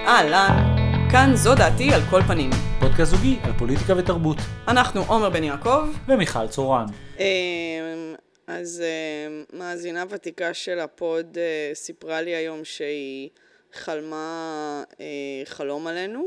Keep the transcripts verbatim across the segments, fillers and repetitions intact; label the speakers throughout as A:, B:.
A: אהלן, כאן זו דעתי על כל פנים.
B: פודקאסט זוגי על פוליטיקה ותרבות.
A: אנחנו עומר בן יעקב.
B: ומיכל צורן.
A: אז מאזינה ותיקה של הפוד סיפרה לי היום שהיא חלמה חלום עלינו.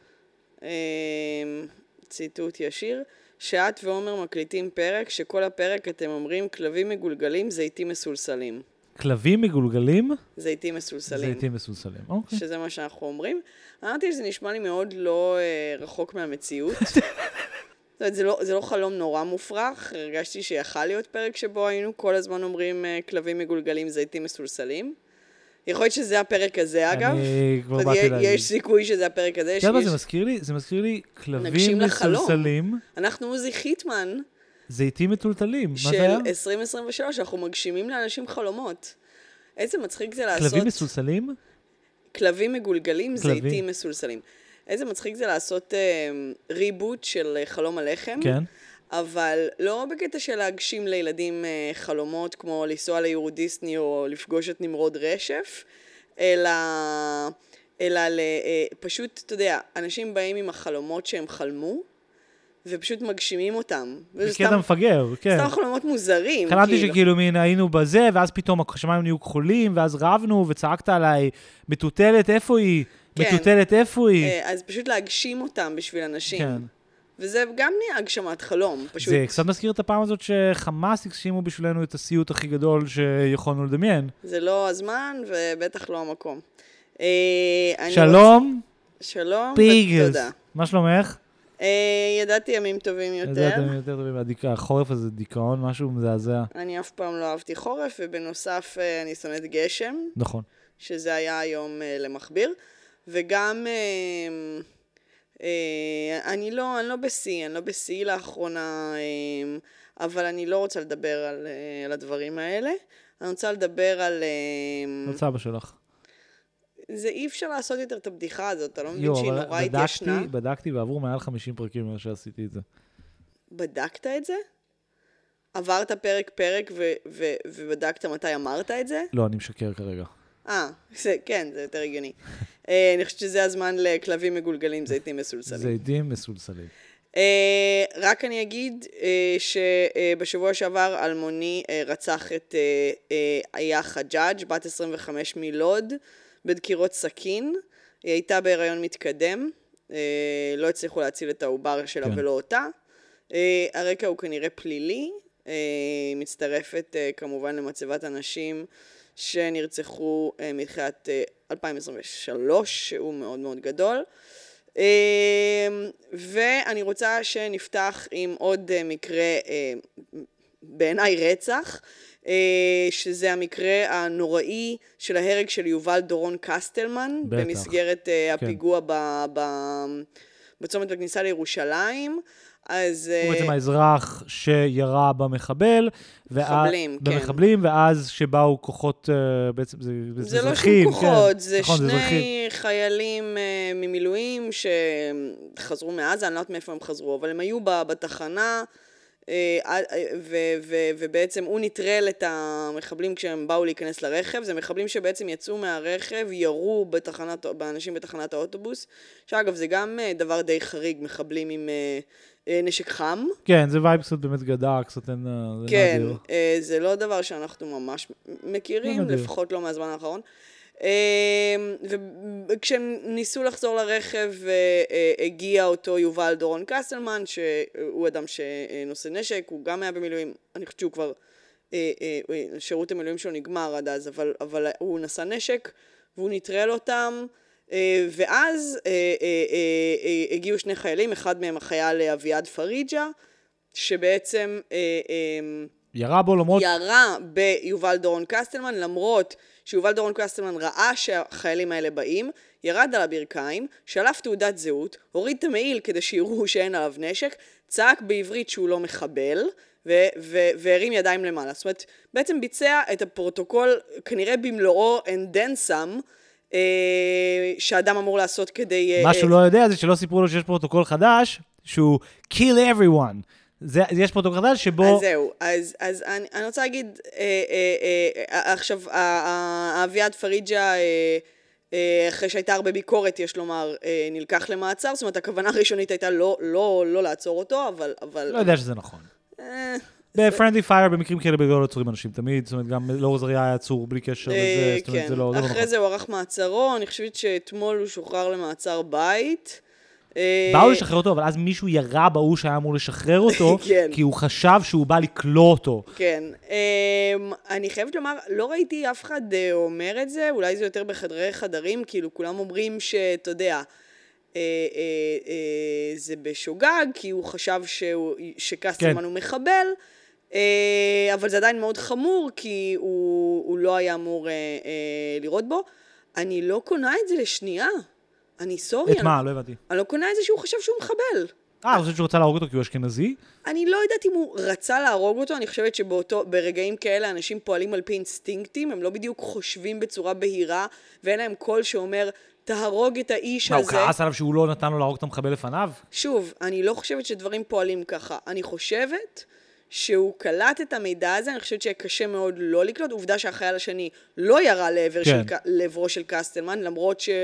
A: ציטוט ישיר. שאת ועומר מקליטים פרק שכל הפרק אתם אומרים כלבים מגולגלים, זיתים מסולסלים.
B: כלבים מגולגלים?
A: זיתים מסולסלים.
B: זיתים מסולסלים, אוקיי.
A: שזה מה שאנחנו אומרים. אמרתי שזה נשמע לי מאוד לא אה, רחוק מהמציאות. זאת אומרת, זה לא, זה לא חלום נורא מופרך. הרגשתי שיכל להיות פרק שבו היינו כל הזמן אומרים אה, כלבים מגולגלים, זיתים מסולסלים. יכול להיות שזה הפרק הזה, אגב.
B: אני כבר באתי להגיד. יש
A: סיכוי שזה הפרק הזה.
B: כן, זה מזכיר לי, זה מזכיר לי כלבים מסולסלים.
A: אנחנו עוזי חיטמן.
B: זיתים מטולטלים. מה זה
A: של
B: היה?
A: עשרים עשרים ושלוש, אנחנו מגשימים לאנשים חלומות. איזה מצחיק זה לעשות...
B: כלבים מסולסלים?
A: כלבים מגולגלים, זיתים מסולסלים. איזה מצחיק זה לעשות אה, ריבוט של חלום הלחם.
B: כן.
A: אבל לא בקטע של להגשים לילדים אה, חלומות, כמו לנסוע ליורו דיסני או לפגוש את נמרוד רשף, אלא, אלא אה, פשוט, אתה יודע, אנשים באים עם החלומות שהם חלמו, ופשוט מגשימים אותם.
B: בקטע מפגר, כן.
A: סתם חלומות מוזרים.
B: חלמתי שכאילו מין היינו בזה, ואז פתאום השמיים נהיו כחולים, ואז רבנו וצעקת עליי, מטוטלת איפה היא? מטוטלת איפה היא?
A: אז פשוט להגשים אותם בשביל אנשים.
B: כן.
A: וזה גם נהיה הגשמת חלום, פשוט.
B: זה קצת מזכיר את הפעם הזאת שחמאס הגשימו בשבילנו את הסיוט הכי גדול שיכולנו לדמיין.
A: זה לא הזמן ובטח לא המקום.
B: שלום.
A: שלום
B: ותודה. מה שלומך?
A: ידעתי ימים טובים יותר.
B: ידעתי ימים יותר טובים. החורף הזה דיכאון, משהו מזעזע.
A: אני אף פעם לא אהבתי חורף, ובנוסף אני שונאת גשם.
B: נכון.
A: שזה היה היום למכביר. וגם... אני לא, אני לא בסי, אני לא בסי לאחרונה, אבל אני לא רוצה לדבר על, על הדברים האלה. אני רוצה לדבר על...
B: רוצה אבא שלך.
A: זה אי אפשר לעשות יותר את הבדיחה הזאת, אתה לא מבין שהיא נורא התיישנה.
B: בדקתי ועברו מעל חמישים פרקים ממה שעשיתי את זה.
A: בדקת את זה? עברת פרק פרק ו- ו- ובדקת מתי אמרת את זה?
B: לא, אני משקר כרגע.
A: אה, כן, זה יותר הגיוני. אני חושבת שזה הזמן לכלבים מגולגלים, זיתים מסולסלים.
B: זיתים מסולסלים.
A: רק אני אגיד שבשבוע שעבר אלמוני רצח את איה חג'אג', בת עשרים וחמש מלוד, בדקירות סכין. היא הייתה בהיריון מתקדם, לא הצליחו להציל את העובר שלה ולא אותה. הרקע הוא כנראה פלילי, מצטרפת כמובן למצבת אנשים שנרצחו מתחילת אלפיים עשרים ושלוש, שהוא מאוד מאוד גדול. ואני רוצה שנפתח עם עוד מקרה, בעיניי רצח, שזה המקרה הנוראי של ההרג של יובל דורון קסטלמן, בטח. במסגרת הפיגוע כן. ב, ב, בצומת בכניסה לירושלים. אז... הוא
B: בעצם האזרח שירה במחבל,
A: מחבלים,
B: כן. במחבלים, ואז שבאו כוחות, בעצם זה,
A: זה,
B: זה
A: לא
B: אזרחים.
A: שום כוחות,
B: כן.
A: זה
B: נכון,
A: שני
B: זה
A: חיילים ממילואים שחזרו מעזה, אני לא יודעת מאיפה הם חזרו, אבל הם היו בתחנה, ו, ו, ובעצם הוא נטרל את המחבלים כשהם באו להיכנס לרכב, זה מחבלים שבעצם יצאו מהרכב, ירו בתחנת, באנשים בתחנת האוטובוס, שאגב זה גם דבר די חריג, מחבלים עם... נשק חם.
B: כן, זה וייב קצת באמת גדע, קצת אין...
A: כן, זה לא דבר שאנחנו ממש מכירים, לפחות לא מהזמן האחרון. וכשהם ניסו לחזור לרכב, הגיע אותו יובל דורון קסטלמן, שהוא אדם שנושא נשק, הוא גם היה במילואים, אני חושבת שהוא כבר, שירות המילואים שלו נגמר עד אז, אבל, אבל הוא נשא נשק, והוא נטרל אותם, ואז הגיעו שני חיילים, אחד מהם החייל אביעד פריג'ה, שבעצם
B: ירה בו למרות...
A: ירה ביובל דורון קסטלמן, למרות שיובל דורון קסטלמן ראה שהחיילים האלה באים, ירד על הברכיים, שלף תעודת זהות, הוריד את המעיל כדי שיראו שאין עליו נשק, צעק בעברית שהוא לא מחבל, ו- ו- והרים ידיים למעלה. זאת אומרת, בעצם ביצע את הפרוטוקול כנראה במלואו and then some, שאדם אמור לעשות כדי...
B: מה שהוא לא יודע זה שלא סיפרו לו שיש פרוטוקול חדש, שהוא kill everyone. זה, יש פרוטוקול חדש שבו...
A: אז זהו, אז, אז אני, אני רוצה להגיד, אה, אה, אה, עכשיו, אביעד פריג'ה, אה, אחרי שהייתה הרבה ביקורת, יש לומר, נלקח למעצר, זאת אומרת, הכוונה הראשונית הייתה לא, לא, לא לעצור אותו, אבל... אבל...
B: לא יודע שזה נכון. ב-Friendly Fire במקרים כאלה בגלל לא עצורים אנשים תמיד, זאת אומרת, גם אלאור עזריה היה עצור בלי קשר לזה, זאת אומרת, זה לא נכון.
A: אחרי זה הוא ערך מעצרו, אני חושבת שאתמול הוא שוחרר למעצר בית.
B: באו לשחרר אותו, אבל אז מישהו ירה בהוא שהיה אמור לשחרר אותו, כי הוא חשב שהוא בא לקלוא אותו.
A: כן. אני חייבת לומר, לא ראיתי אף אחד אומר את זה, אולי זה יותר בחדרי חדרים, כאילו כולם אומרים שאתה יודע, זה בשוגג, כי הוא חשב שקסטלמן הוא מחבל, אבל זה עדיין מאוד חמור, כי הוא לא היה אמור לראות בו. אני לא קונה את זה לשנייה. אני סורי.
B: את מה? לא הבנתי.
A: אני לא קונה את זה שהוא חשב שהוא מחבל.
B: אה, אני חושבת שהוא רצה להרוג אותו כי הוא אשכנזי?
A: אני לא יודעת אם הוא רצה להרוג אותו, אני חושבת שברגעים כאלה אנשים פועלים על פי אינסטינקטים, הם לא בדיוק חושבים בצורה בהירה, ואין להם קול שאומר, תהרוג את האיש הזה.
B: מה, הוא כעס עליו שהוא לא נתן לו להרוג את המחבל לפניו?
A: שוב, אני לא חושבת שדברים פועלים ככה. אני חושבת שהוא קלט את המידע הזה, אני חושבת שקשה מאוד לא לקלוט. עובדה שהחייל השני לא ירה לעבר
B: כן.
A: של, לעברו של קסטלמן, למרות ש...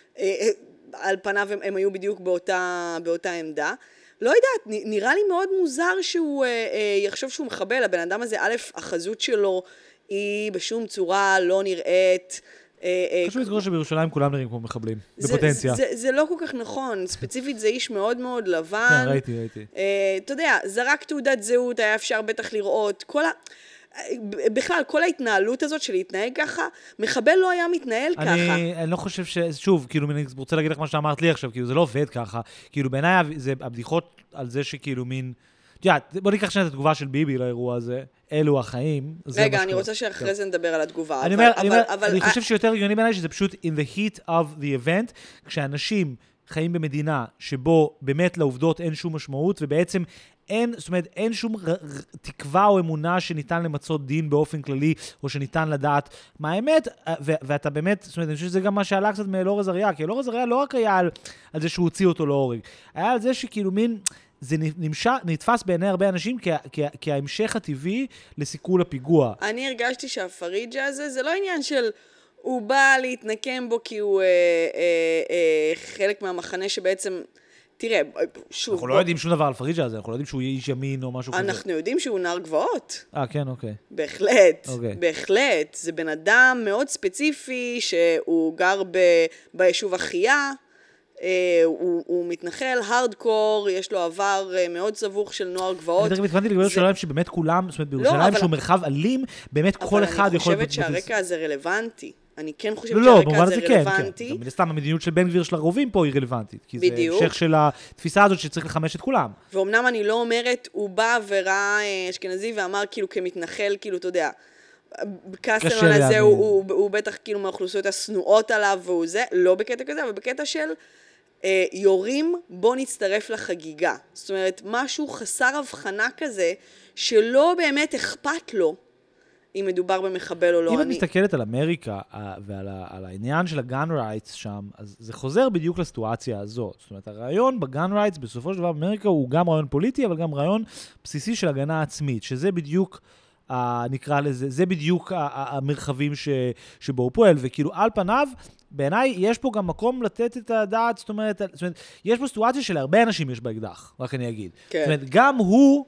A: על פניו הם, הם היו בדיוק באותה, באותה עמדה. לא יודעת, נראה לי מאוד מוזר שהוא אה, אה, יחשוב שהוא מחבל. הבן אדם הזה, א', החזות שלו היא בשום צורה לא נראית.
B: חשוב לזכור שבירושלים כולם נראים כמו מחבלים, בפוטנציה.
A: זה, זה, זה לא כל כך נכון, ספציפית זה איש מאוד מאוד לבן.
B: כן, ראיתי, ראיתי.
A: אה, אתה יודע, זרק תעודת זהות, היה אפשר בטח לראות, כל ה... בכלל, כל ההתנהלות הזאת של להתנהג ככה, מחבל לא היה מתנהל ככה.
B: אני לא חושב ש... שוב, כאילו, אני רוצה להגיד לך מה שאמרת לי עכשיו, כאילו, זה לא עובד ככה. כאילו, בעיניי, זה הבדיחות על זה שכאילו מין... תראה, בוא ניקח שנייה את התגובה של ביבי לאירוע הזה. אלו החיים.
A: רגע, אני רוצה שאחרי זה נדבר על התגובה.
B: אני אומר, אני חושב שיותר הגיוני בעיניי שזה פשוט in the heat of the event, כשאנשים חיים במדינה שבו באמת לעובדות אין שום משמעות, ובעצם אין, זאת אומרת, אין שום ר, ר, תקווה או אמונה שניתן למצות דין באופן כללי, או שניתן לדעת מה האמת, ו- ואתה באמת, זאת אומרת, אני חושב שזה גם מה שעלה קצת מאלאור עזריה, כי אלאור עזריה לא רק היה על, על זה שהוא הוציא אותו להורג, היה על זה שכאילו מין, זה נמשך, נתפס בעיני הרבה אנשים כ- כ- כהמשך הטבעי לסיכול הפיגוע.
A: אני הרגשתי שהפריג'ה הזה, זה לא עניין של... הוא בא להתנקם בו כי הוא אה, אה, אה, חלק מהמחנה שבעצם... תראה, שוב...
B: אנחנו לא יודעים שום דבר על פריג'ה הזה, אנחנו לא יודעים שהוא איש ימין או משהו כזה.
A: אנחנו יודעים שהוא נער גבעות.
B: אה, כן, אוקיי.
A: בהחלט,
B: אוקיי.
A: בהחלט. זה בן אדם מאוד ספציפי, שהוא גר ב, ביישוב אחייה, אה, הוא, הוא מתנחל, הארדקור, יש לו עבר מאוד סבוך של נוער גבעות.
B: אני דרך מתכוונתי לגבי ירושלים שבאמת כולם, זאת אומרת, בירושלים שהוא מרחב אלים, באמת כל אחד יכול...
A: אבל אני חושבת שהרקע הזה רלוונטי. אני כן חושבת שהרקע הזה רלוונטי.
B: גם סתם המדיניות של בן גביר של הרובים פה היא רלוונטית. כי זה
A: בדיוק.
B: המשך של התפיסה הזאת שצריך לחמש את כולם.
A: ואומנם אני לא אומרת, הוא בא וראה אשכנזי ואמר כאילו כמתנחל, כאילו אתה יודע, קסטלמן הזה הוא, הוא, הוא, הוא בטח כאילו מהאוכלוסיות הסנועות עליו והוא זה, לא בקטע כזה, אבל בקטע של אה, יורים, בוא נצטרף לחגיגה. זאת אומרת, משהו חסר הבחנה כזה, שלא באמת אכפת לו, אם מדובר במחבל או לא.
B: אם
A: אני...
B: את מסתכלת על אמריקה ועל על העניין של הגן רייטס שם, אז זה חוזר בדיוק לסיטואציה הזאת. זאת אומרת, הרעיון בגן רייטס בסופו של דבר באמריקה הוא גם רעיון פוליטי, אבל גם רעיון בסיסי של הגנה עצמית, שזה בדיוק, נקרא לזה, זה בדיוק המרחבים ש, שבו הוא פועל, וכאילו על פניו, בעיניי יש פה גם מקום לתת את הדעת, זאת אומרת, זאת אומרת יש פה סיטואציה שלהרבה אנשים יש באקדח, רק אני אגיד. כן. זאת אומרת, גם הוא,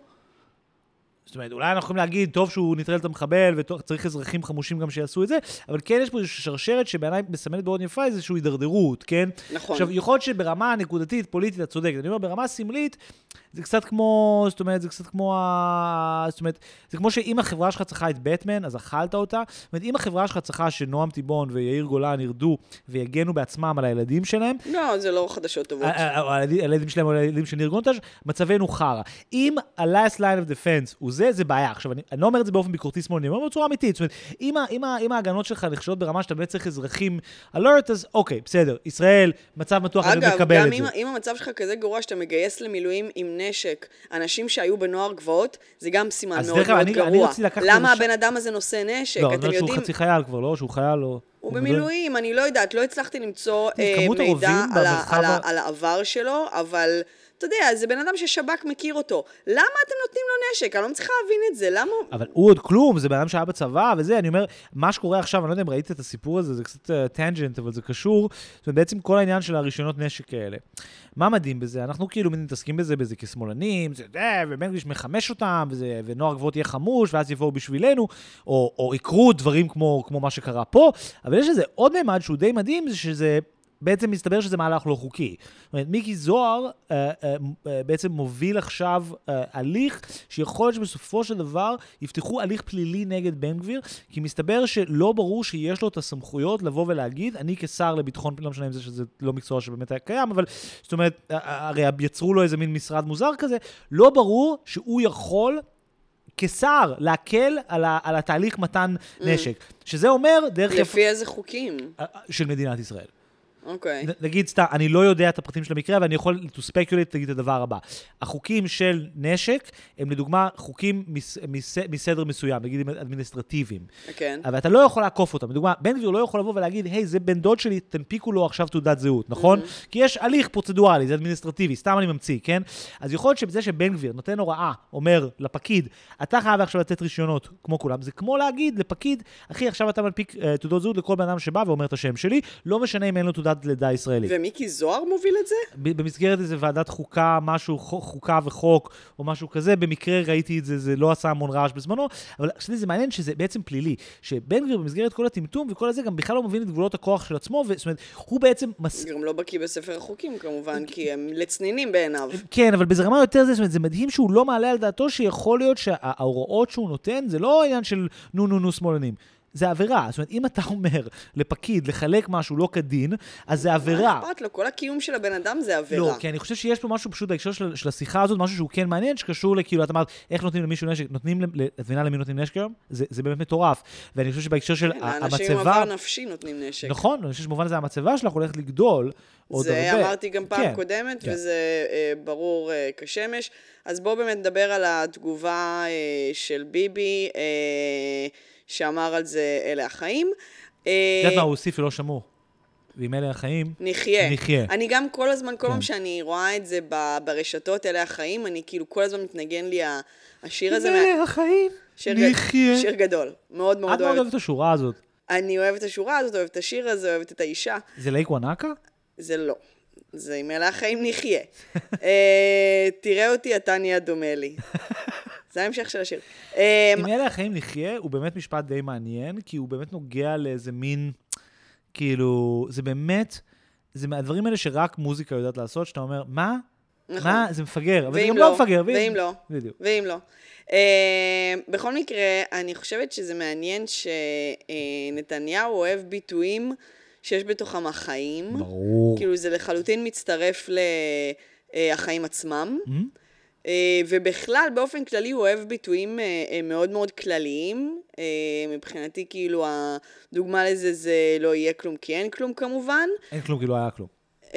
B: זאת אומרת, אולי אנחנו יכולים להגיד, טוב שהוא נטרל את המחבל, וצריך אזרחים חמושים גם שיעשו את זה, אבל כן יש פה איזושהי שרשרת שבעיניי מסמנת מאוד יפה איזושהי הידרדרות, כן?
A: נכון.
B: עכשיו, יכול להיות שברמה נקודתית, פוליטית, את צודקת. אני אומר, ברמה סמלית, זה קצת כמו, זאת אומרת, זה קצת כמו, זאת אומרת, זה כמו שאם החברה שלך צריכה את בטמן, אז אכלת אותה. זאת אומרת, אם החברה שלך צריכה שנועם טיבון ויאיר גולן ירדו ויגנו בעצמם על הילדים שלהם,
A: לא, זה לא חדשות טובות.
B: הילדים שלהם או הילדים של ניר גונטאז' מצבנו חרה. אם ה-last line of defense הוא זה, זה בעיה. עכשיו, אני, אני לא אומר את זה באופן ביקורתי שמאל, אני אומר בצורה אמיתית. זאת אומרת, אם, אם, אם ההגנות שלך נחשבות ברמה שאתה באמת צריך אזרחים alert, אז אוקיי, בסדר. ישראל, מצב מתוח, אני מקבל את זה.
A: אגב, גם אם המצב שלך כזה גרוע שאתה מגייס למילואים עם נשק, אנשים שהיו בנוער גבעות, זה גם סימן מאוד מאוד גרוע. למה הבן אדם הזה נושא נשק?
B: לא, אני שהוא חצי חייל כבר, לא? שהוא חייל או...
A: הוא במילואים, אני לא יודעת, לא הצלחתי למצוא מידע על העבר שלו, אבל אתה יודע, זה בן אדם ששב"כ מכיר אותו. למה אתם נותנים לו נשק? אני לא מצליחה להבין את זה, למה?
B: אבל הוא עוד כלום, זה בן אדם שהיה בצבא, וזה, אני אומר, מה שקורה עכשיו, אני לא יודע אם ראית את הסיפור הזה, זה קצת טנג'נט, אבל זה קשור, זאת אומרת, בעצם כל העניין של הרישיונות נשק כאלה. מה מדהים בזה? אנחנו כאילו מתעסקים בזה, בזה כשמאלנים, זה, אה, ובן גביש מחמש אותם, וזה, ונוער גבוהות יהיה חמוש, ואז יבואו בשבילנו, או, או יקרו דברים כמו, כמו מה שקרה פה, אבל יש איזה עוד ממד שהוא די מדהים, זה שזה בעצם מסתבר שזה מהלך לא חוקי. זאת אומרת, מיקי זוהר אה, אה, אה, בעצם מוביל עכשיו אה, הליך שיכול להיות שבסופו של דבר יפתחו הליך פלילי נגד בן גביר, כי מסתבר שלא ברור שיש לו את הסמכויות לבוא ולהגיד, אני כשר לביטחון, לא משנה אם זה שזה לא מקצוע שבאמת היה קיים, אבל זאת אומרת, הרי יצרו לו איזה מין משרד מוזר כזה, לא ברור שהוא יכול כשר להקל על, ה, על התהליך מתן נשק. שזה אומר דרך...
A: לפי איזה חוקים?
B: של מדינת ישראל.
A: אוקיי.
B: נגיד סתם, אני לא יודע את הפרטים של המקרה, אבל אני יכול to speculate, תגיד את הדבר הבא. החוקים של נשק, הם לדוגמה חוקים מס, מס, מסדר מסוים, נגיד אדמיניסטרטיביים.
A: כן.
B: אבל אתה לא יכול לעקוף אותם. לדוגמה, בן גביר לא יכול לבוא ולהגיד, היי, זה בן דוד שלי, תנפיקו לו עכשיו תעודת זהות, נכון? Mm-hmm. כי יש הליך פרוצדואלי, זה אדמיניסטרטיבי, סתם אני ממציא, כן? אז יכול להיות שבזה שבן גביר נותן הוראה, אומר לפקיד, אתה חייב עכשיו לתת רישיונות כמו כולם. זה כמו להגיד לפקיד, אחי, עכשיו אתה מנפיק uh, תעודות זהות לכל בן אדם שבא ואומר את השם שלי, לא משנה אם אין לו תעודת לידה ישראלית.
A: ומיקי זוהר מוביל את זה?
B: במסגרת איזה ועדת חוקה, משהו, חוקה וחוק, או משהו כזה, במקרה ראיתי את זה, זה לא עשה המון רעש בזמנו, אבל שלי זה מעניין שזה בעצם פלילי, שבן גביר במסגרת כל הטמטום וכל הזה גם בכלל לא מבין את גבולות הכוח של עצמו, וזאת אומרת, הוא בעצם... מס...
A: גם לא בקיא בספר החוקים כמובן, כי הם לצנינים בעיניו.
B: כן, אבל ברמה יותר זה, זאת אומרת, זה מדהים שהוא לא מעלה על דעתו שיכול להיות שההוראות שהוא נותן, זה לא העניין של נו נו נו שמאלנים. זה עבירה. זאת אומרת, אם אתה אומר לפקיד לחלק משהו לא כדין, אז זה עבירה.
A: מה אכפת לו? כל הקיום של הבן אדם זה עבירה.
B: לא, כי אני חושב שיש פה משהו פשוט בהקשר של, של השיחה הזאת, משהו שהוא כן מעניין, שקשור לכאילו, את אמרת, איך נותנים למישהו נשק? נותנים, את מבינה למי נותנים נשק היום? זה, זה באמת מטורף. ואני חושב שבהקשר של
A: כן,
B: המצבה...
A: לאנשים עם עבר נפשי נותנים נשק.
B: נכון, אני חושב שבמובן הזה המצבה שלך הולכת לגדול.
A: זה
B: הרבה.
A: אמרתי גם פעם
B: כן,
A: קודמת,
B: כן.
A: וזה אה, ברור אה, כשמש. אז בואו באמת נדבר על התגובה אה, של ביבי, אה, שאמר על זה אלה החיים.
B: יודעת מה הוא הוסיף ולא שמור. ועם אלה החיים,
A: נחיה.
B: נחיה.
A: אני גם כל הזמן, כל
B: כן.
A: פעם שאני רואה את זה ברשתות אלה החיים, אני כאילו כל הזמן מתנגן לי השיר הזה.
B: עם אלה החיים,
A: שיר
B: נחיה.
A: שיר גדול. מאוד מאוד
B: את מאוד אוהבת את השורה הזאת.
A: אני אוהבת את השורה הזאת, אוהבת את השיר הזה, אוהבת את האישה.
B: זה לייק וואנקה?
A: זה לא. זה עם אלה החיים נחיה. אה, תראה אותי, אתה נהיה דומה לי. זה ההמשך של השיר.
B: עם אלה החיים נחיה, הוא באמת משפט די מעניין, כי הוא באמת נוגע לאיזה מין, כאילו, זה באמת, זה מהדברים האלה שרק מוזיקה יודעת לעשות, שאתה אומר, מה?
A: נכון.
B: מה? זה מפגר, אבל זה
A: ואם
B: גם
A: לא,
B: לא מפגר.
A: ואם לא,
B: בדיוק.
A: ואם לא. Uh, בכל מקרה, אני חושבת שזה מעניין שנתניהו אוהב ביטויים שיש בתוכם החיים.
B: ברור.
A: כאילו זה לחלוטין מצטרף לחיים עצמם.
B: Mm-hmm.
A: Uh, ובכלל, באופן כללי, הוא אוהב ביטויים uh, uh, מאוד מאוד כלליים. Uh, מבחינתי, כאילו, הדוגמה לזה זה לא יהיה כלום כי אין כלום כמובן.
B: אין כלום כי לא היה כלום.
A: Uh,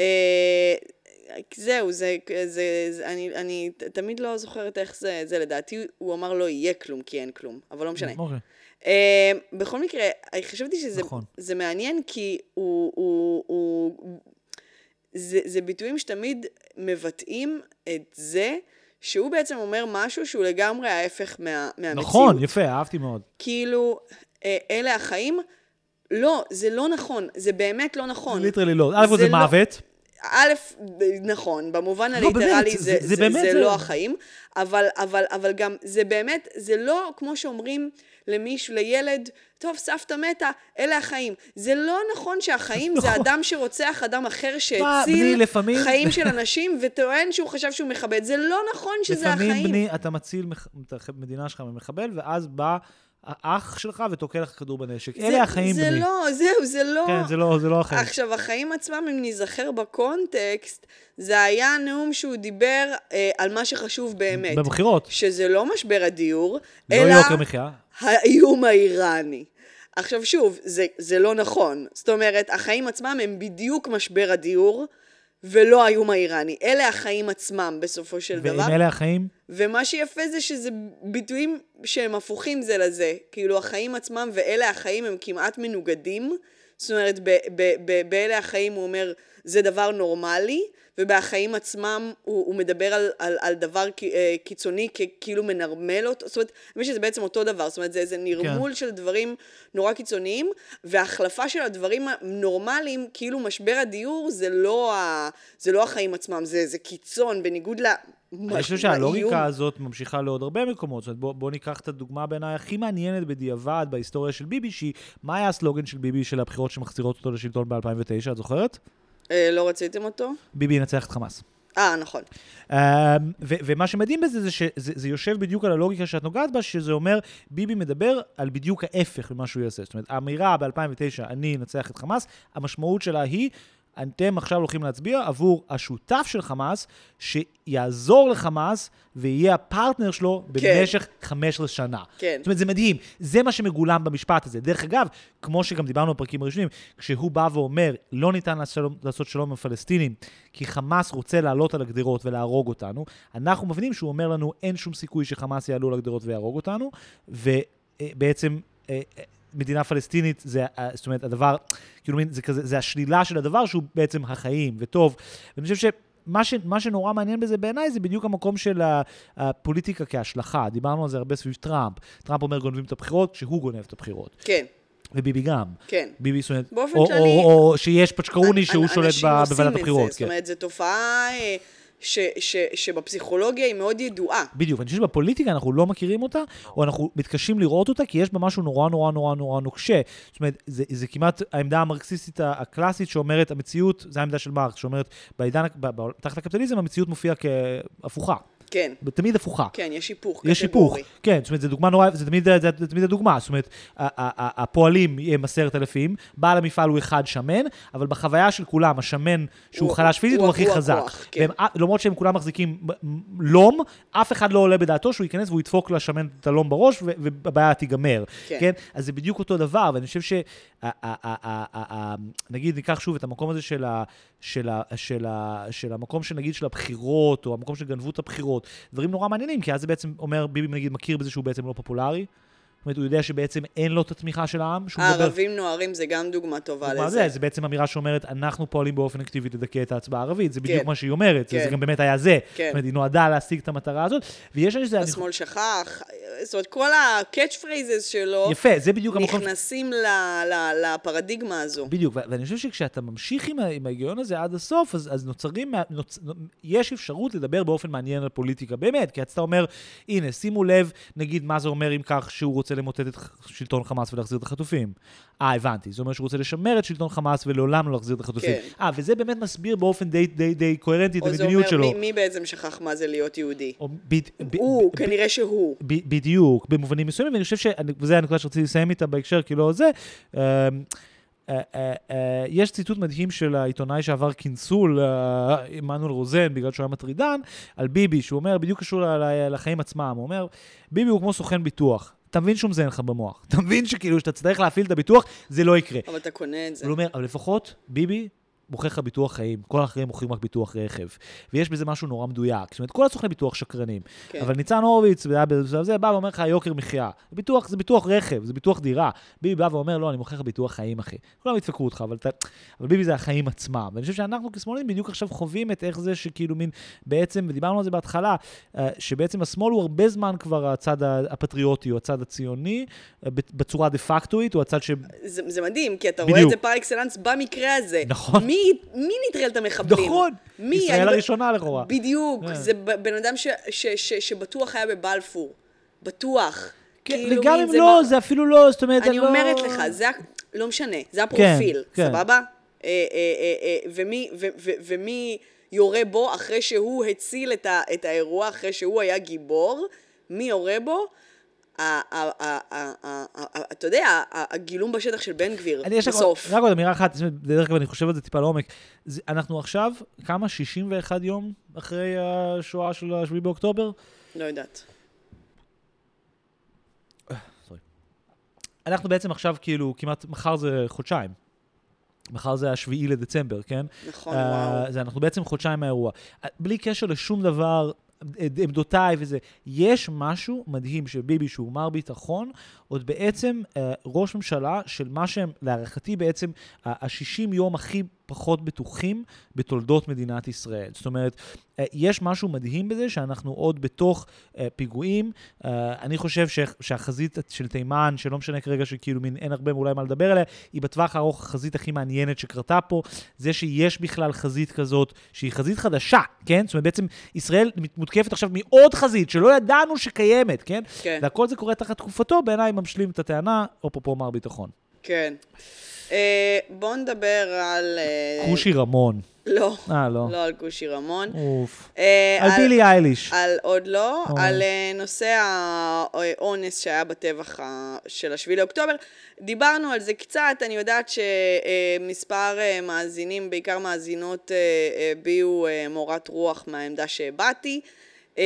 A: זהו, זה, זה, זה, אני, אני תמיד לא זוכרת איך זה, זה לדעתי, הוא אמר לא יהיה כלום כי אין כלום, אבל לא משנה.
B: אוקיי.
A: Uh, בכל מקרה, אני חשבתי שזה
B: נכון.
A: זה מעניין כי הוא, הוא, הוא, זה, זה ביטויים שתמיד מבטאים את זה, שהוא בעצם אומר משהו שהוא לגמרי ההפך מה, מהמציאות.
B: נכון, יפה, אהבתי מאוד.
A: כאילו, אלה החיים, לא, זה לא נכון, זה באמת לא נכון.
B: זה ליטרלי לא. א', זה מוות.
A: א', נכון, במובן הליטרלי זה, זה, זה, זה לא החיים, אבל, אבל, אבל גם זה באמת, זה לא כמו שאומרים למישהו, לילד, טוב, סבתא מתה, אלה החיים. זה לא נכון שהחיים זה אדם שרוצח אדם אחר שהציל חיים של אנשים וטוען שהוא חשב שהוא מחבל. זה לא נכון שזה החיים.
B: לפעמים בני, אתה מציל את המדינה שלך ממחבל, ואז בא האח שלך ותוקע לך כדור בנשק. אלה החיים בני.
A: זה לא, זהו, זה לא.
B: כן, זה לא, זה לא החיים.
A: עכשיו, החיים עצמם, אם נזכר בקונטקסט, זה היה נאום שהוא דיבר אה, על מה שחשוב באמת.
B: במחירות.
A: שזה לא משבר הדיור,
B: לא
A: אלא
B: יוקר מחיה.
A: האיום האיראני. עכשיו שוב, זה, זה לא נכון. זאת אומרת, החיים עצמם הם בדיוק משבר הדיור, ולא האיום האיראני. אלה החיים עצמם בסופו של דבר.
B: ואם אלה החיים?
A: ומה שיפה זה שזה ביטויים שהם הפוכים זה לזה. כאילו החיים עצמם ואלה החיים הם כמעט מנוגדים. זאת אומרת, ב- ב- ב- באלה החיים הוא אומר, זה דבר נורמלי, ובחיים עצמם הוא, הוא מדבר על, על, על דבר קיצוני כאילו מנרמל אותו, זאת אומרת, אני חושב שזה בעצם אותו דבר, זאת אומרת, זה איזה נרמול כן. של דברים נורא קיצוניים, וההחלפה של הדברים הנורמליים, כאילו משבר הדיור, זה לא, ה, זה לא החיים עצמם, זה, זה קיצון, בניגוד ל...
B: אני חושב שהלוגיקה הזאת ממשיכה לעוד הרבה מקומות, זאת אומרת, בוא, בוא ניקח את הדוגמה בעיניי הכי מעניינת בדיעבד בהיסטוריה של ביבי, שהיא, מה היה הסלוגן של ביבי של הבחירות שמחזירות אותו לשלטון ב-אלפיים ותשע, את זוכרת?
A: לא רציתם אותו?
B: ביבי ינצח את חמאס.
A: אה, נכון.
B: ומה שמדהים בזה זה שזה יושב בדיוק על הלוגיקה שאת נוגעת בה, שזה אומר, ביבי מדבר על בדיוק ההפך ממה שהוא יעשה. זאת אומרת, האמירה ב-אלפיים ותשע, אני אנצח את חמאס, המשמעות שלה היא, אתם עכשיו הולכים להצביע עבור השותף של חמאס, שיעזור לחמאס ויהיה הפרטנר שלו במשך חמש עשרה שנה.
A: כן.
B: זאת אומרת, זה מדהים. זה מה שמגולם במשפט הזה. דרך אגב, כמו שגם דיברנו בפרקים הראשונים, כשהוא בא ואומר, לא ניתן לעשות שלום עם הפלסטינים, כי חמאס רוצה לעלות על הגדרות ולהרוג אותנו, אנחנו מבינים שהוא אומר לנו, אין שום סיכוי שחמאס יעלו על הגדרות ויהרוג אותנו, ובעצם... מדינה פלסטינית, זה, זאת אומרת, הדבר, כאילו, זה כזה, זה השלילה של הדבר שהוא בעצם החיים, וטוב. ואני חושב שמה ש, מה שנורא מעניין בזה בעיניי, זה בדיוק המקום של הפוליטיקה כהשלכה. דיברנו על זה הרבה סביב טראמפ. טראמפ אומר גונבים את הבחירות, כשהוא גונב את הבחירות.
A: כן.
B: וביבי גם.
A: כן.
B: ביבי, זאת אומרת,
A: באופן
B: או,
A: שאני...
B: או, או, או שיש פצ'קרוני שהוא שולט בוועדת הבחירות.
A: זאת אומרת, זו תופעה... ש, ש, שבפסיכולוגיה היא מאוד ידועה.
B: בדיוק, אני חושב שבפוליטיקה אנחנו לא מכירים אותה, או אנחנו מתקשים לראות אותה, כי יש בה משהו נורא נורא נורא נורא נוקשה. זאת אומרת, זה, זה כמעט העמדה המרקסיסטית הקלאסית שאומרת, המציאות, זה העמדה של מרקס, שאומרת, בעידן, תחת הקפיטליזם, המציאות מופיעה כהפוכה.
A: כן.
B: תמיד הפוכה.
A: כן, יש היפוך.
B: יש היפוך, כן, זאת אומרת, זה דוגמה נורא, זה תמיד, זה, זה תמיד הדוגמה, זאת אומרת, הפועלים הם עשרת אלפים, בעל המפעל הוא אחד שמן, אבל בחוויה של כולם, השמן שהוא הוא, חלש פיזית הוא, הוא הכי הוא חזק. הכוח, כן. והם, למרות שהם כולם מחזיקים לום, אף אחד לא עולה בדעתו שהוא ייכנס והוא ידפוק לשמן את הלום בראש, והבעיה תיגמר. כן. כן? אז זה בדיוק אותו דבר, ואני חושב ש... נגיד, ניקח שוב את המקום הזה של ה... של, ה, של, ה, של המקום שנגיד של הבחירות, או המקום של גנבות הבחירות, דברים נורא מעניינים, כי אז זה בעצם אומר, ביבי נגיד מכיר בזה שהוא בעצם לא פופולרי, זאת אומרת, הוא יודע שבעצם אין לו את התמיכה של העם.
A: הערבים נוערים זה גם דוגמה טובה לזה.
B: זה, זה בעצם אמירה שאומרת, אנחנו פועלים באופן אקטיבי לדכא את ההצבעה הערבית, זה בדיוק מה שהיא אומרת, זה גם באמת היה זה. זאת אומרת, היא נועדה להשיג את המטרה הזאת, ויש איזה...
A: השמאל שכח, זאת אומרת, כל הקאץ' פרייזס שלו,
B: יפה, זה בדיוק המקום...
A: נכנסים לפרדיגמה הזו.
B: בדיוק, ואני חושב שכשאתה ממשיך עם ההיגיון הזה עד הסוף, אז נוצרים, יש אפשרות לדבר באופן מעניין על פוליטיקה, באמת, כי אתה אומר, הנה, שימו לב, נגיד, מה זה אומר אם כך שהוא רוצה למוטט את שלטון חמאס ולהחזיר את החטופים. אה, הבנתי. זה אומר שהוא רוצה לשמר את שלטון חמאס ולעולם לא להחזיר את החטופים. אה, וזה באמת מסביר באופן די, די, די קוהרנטי את המדיניות שלו.
A: או זה אומר, מי בעצם שכח מה זה להיות יהודי? הוא, כנראה שהוא.
B: בדיוק, במובנים מסוימים, ואני חושב שזה הנקודה שרציתי לסיים איתה בהקשר, כי לא זה. יש ציטוט מדהים של העיתונאי שעבר כינסול, עמנואל רוזן, בגלל שהוא היה מטרידן, על ביבי, שהוא אומר, בדיוק קשור לחיים עצמם, הוא אומר, ביבי הוא כמו סוכן ביטוח. אתה מבין שום זה אין לך במוח. אתה מבין שכאילו שאתה צריך להפעיל את הביטוח, זה לא יקרה.
A: אבל אתה קונה את זה.
B: הוא אומר, אבל לפחות, ביבי מוכר לך ביטוח חיים, כל האחרים מוכרים רק ביטוח רכב. ויש בזה משהו נורא מדויק. זאת אומרת, כל הסוכני ביטוח שקרנים. כן. אבל ניצן הורוביץ, זה בא ואומר לך, יוקר מחיה. ביטוח, זה ביטוח רכב, זה ביטוח דירה. ביבי בא ואומר, לא, אני מוכר לך ביטוח חיים, אחי. כולם ידפקו אותך, אבל, אבל ביבי זה החיים עצמם. ואני חושב שאנחנו כשמאלים בדיוק עכשיו חווים את איך זה שכאילו מין, בעצם, ודיברנו על זה בהתחלה, שבעצם השמאל הוא הרבה זמן כבר הצד הפטריוטי, או הצד הציוני, בצורה דה-פקטואית, או הצד ש... זה, זה מדהים, כי אתה רואה את זה פר אקסלנס במקרה הזה. נכון. מי, מי נטרל את המחבלים? נכון. מי? ישראל הראשונה לכאורה. בדיוק. זה בן אדם ש, ש, ש, שבטוח היה בבלפור. בטוח. וגם אם לא, זה אפילו לא, זאת אומרת,
A: אני אומרת לך, זה לא משנה, זה הפרופיל, סבבה? ומי יורה בו אחרי שהוא הציל את האירוע, אחרי שהוא היה גיבור, מי יורה בו? אתה יודע, הגילום בשטח של בן גביר, בסוף.
B: רק עוד אמירה אחת, דרך כלל אני חושב על זה טיפה לעומק, אנחנו עכשיו, כמה? שישים ואחד יום אחרי השואה של השביעי באוקטובר?
A: לא יודעת.
B: אנחנו בעצם עכשיו כאילו, כמעט מחר זה חודשיים. מחר זה השביעי לדצמבר, כן?
A: נכון, וואו.
B: אנחנו בעצם חודשיים מהאירוע. בלי קשר לשום דבר, עמדותיי וזה. יש משהו מדהים של ביבי שהוא מר ביטחון, עוד בעצם אה, ראש ממשלה של מה שהם, להערכתי בעצם, ה-שישים יום הכי פחות בטוחים בתולדות מדינת ישראל. זאת אומרת, אה, יש משהו מדהים בזה שאנחנו עוד בתוך אה, פיגועים. אה, אני חושב ש- שהחזית של תימן, שלא משנה כרגע שכאילו מין אין הרבה אולי מה לדבר עליה, היא בטווח הארוך החזית הכי מעניינת שקרתה פה. זה שיש בכלל חזית כזאת, שהיא חזית חדשה, כן? זאת אומרת, בעצם ישראל מותקפת עכשיו מעוד חזית שלא ידענו שקיימת, כן?
A: כן.
B: והכל זה קורה תחת תקופתו, בעיניי משלים את הטענה, אפרופו מר ביטחון.
A: כן. אה, בואו נדבר על... אה,
B: כושי רמון.
A: לא.
B: אה, לא.
A: לא על כושי רמון.
B: אוף.
A: אה,
B: על בילי אייליש.
A: על עוד לא,
B: או.
A: על אה, נושא האונס שהיה בטבח ה- של השביעי לאוקטובר. דיברנו על זה קצת, אני יודעת שמספר אה, מאזינים, בעיקר מאזינות, אה, הביעו אה, מורת רוח מהעמדה שהבאתי. אה,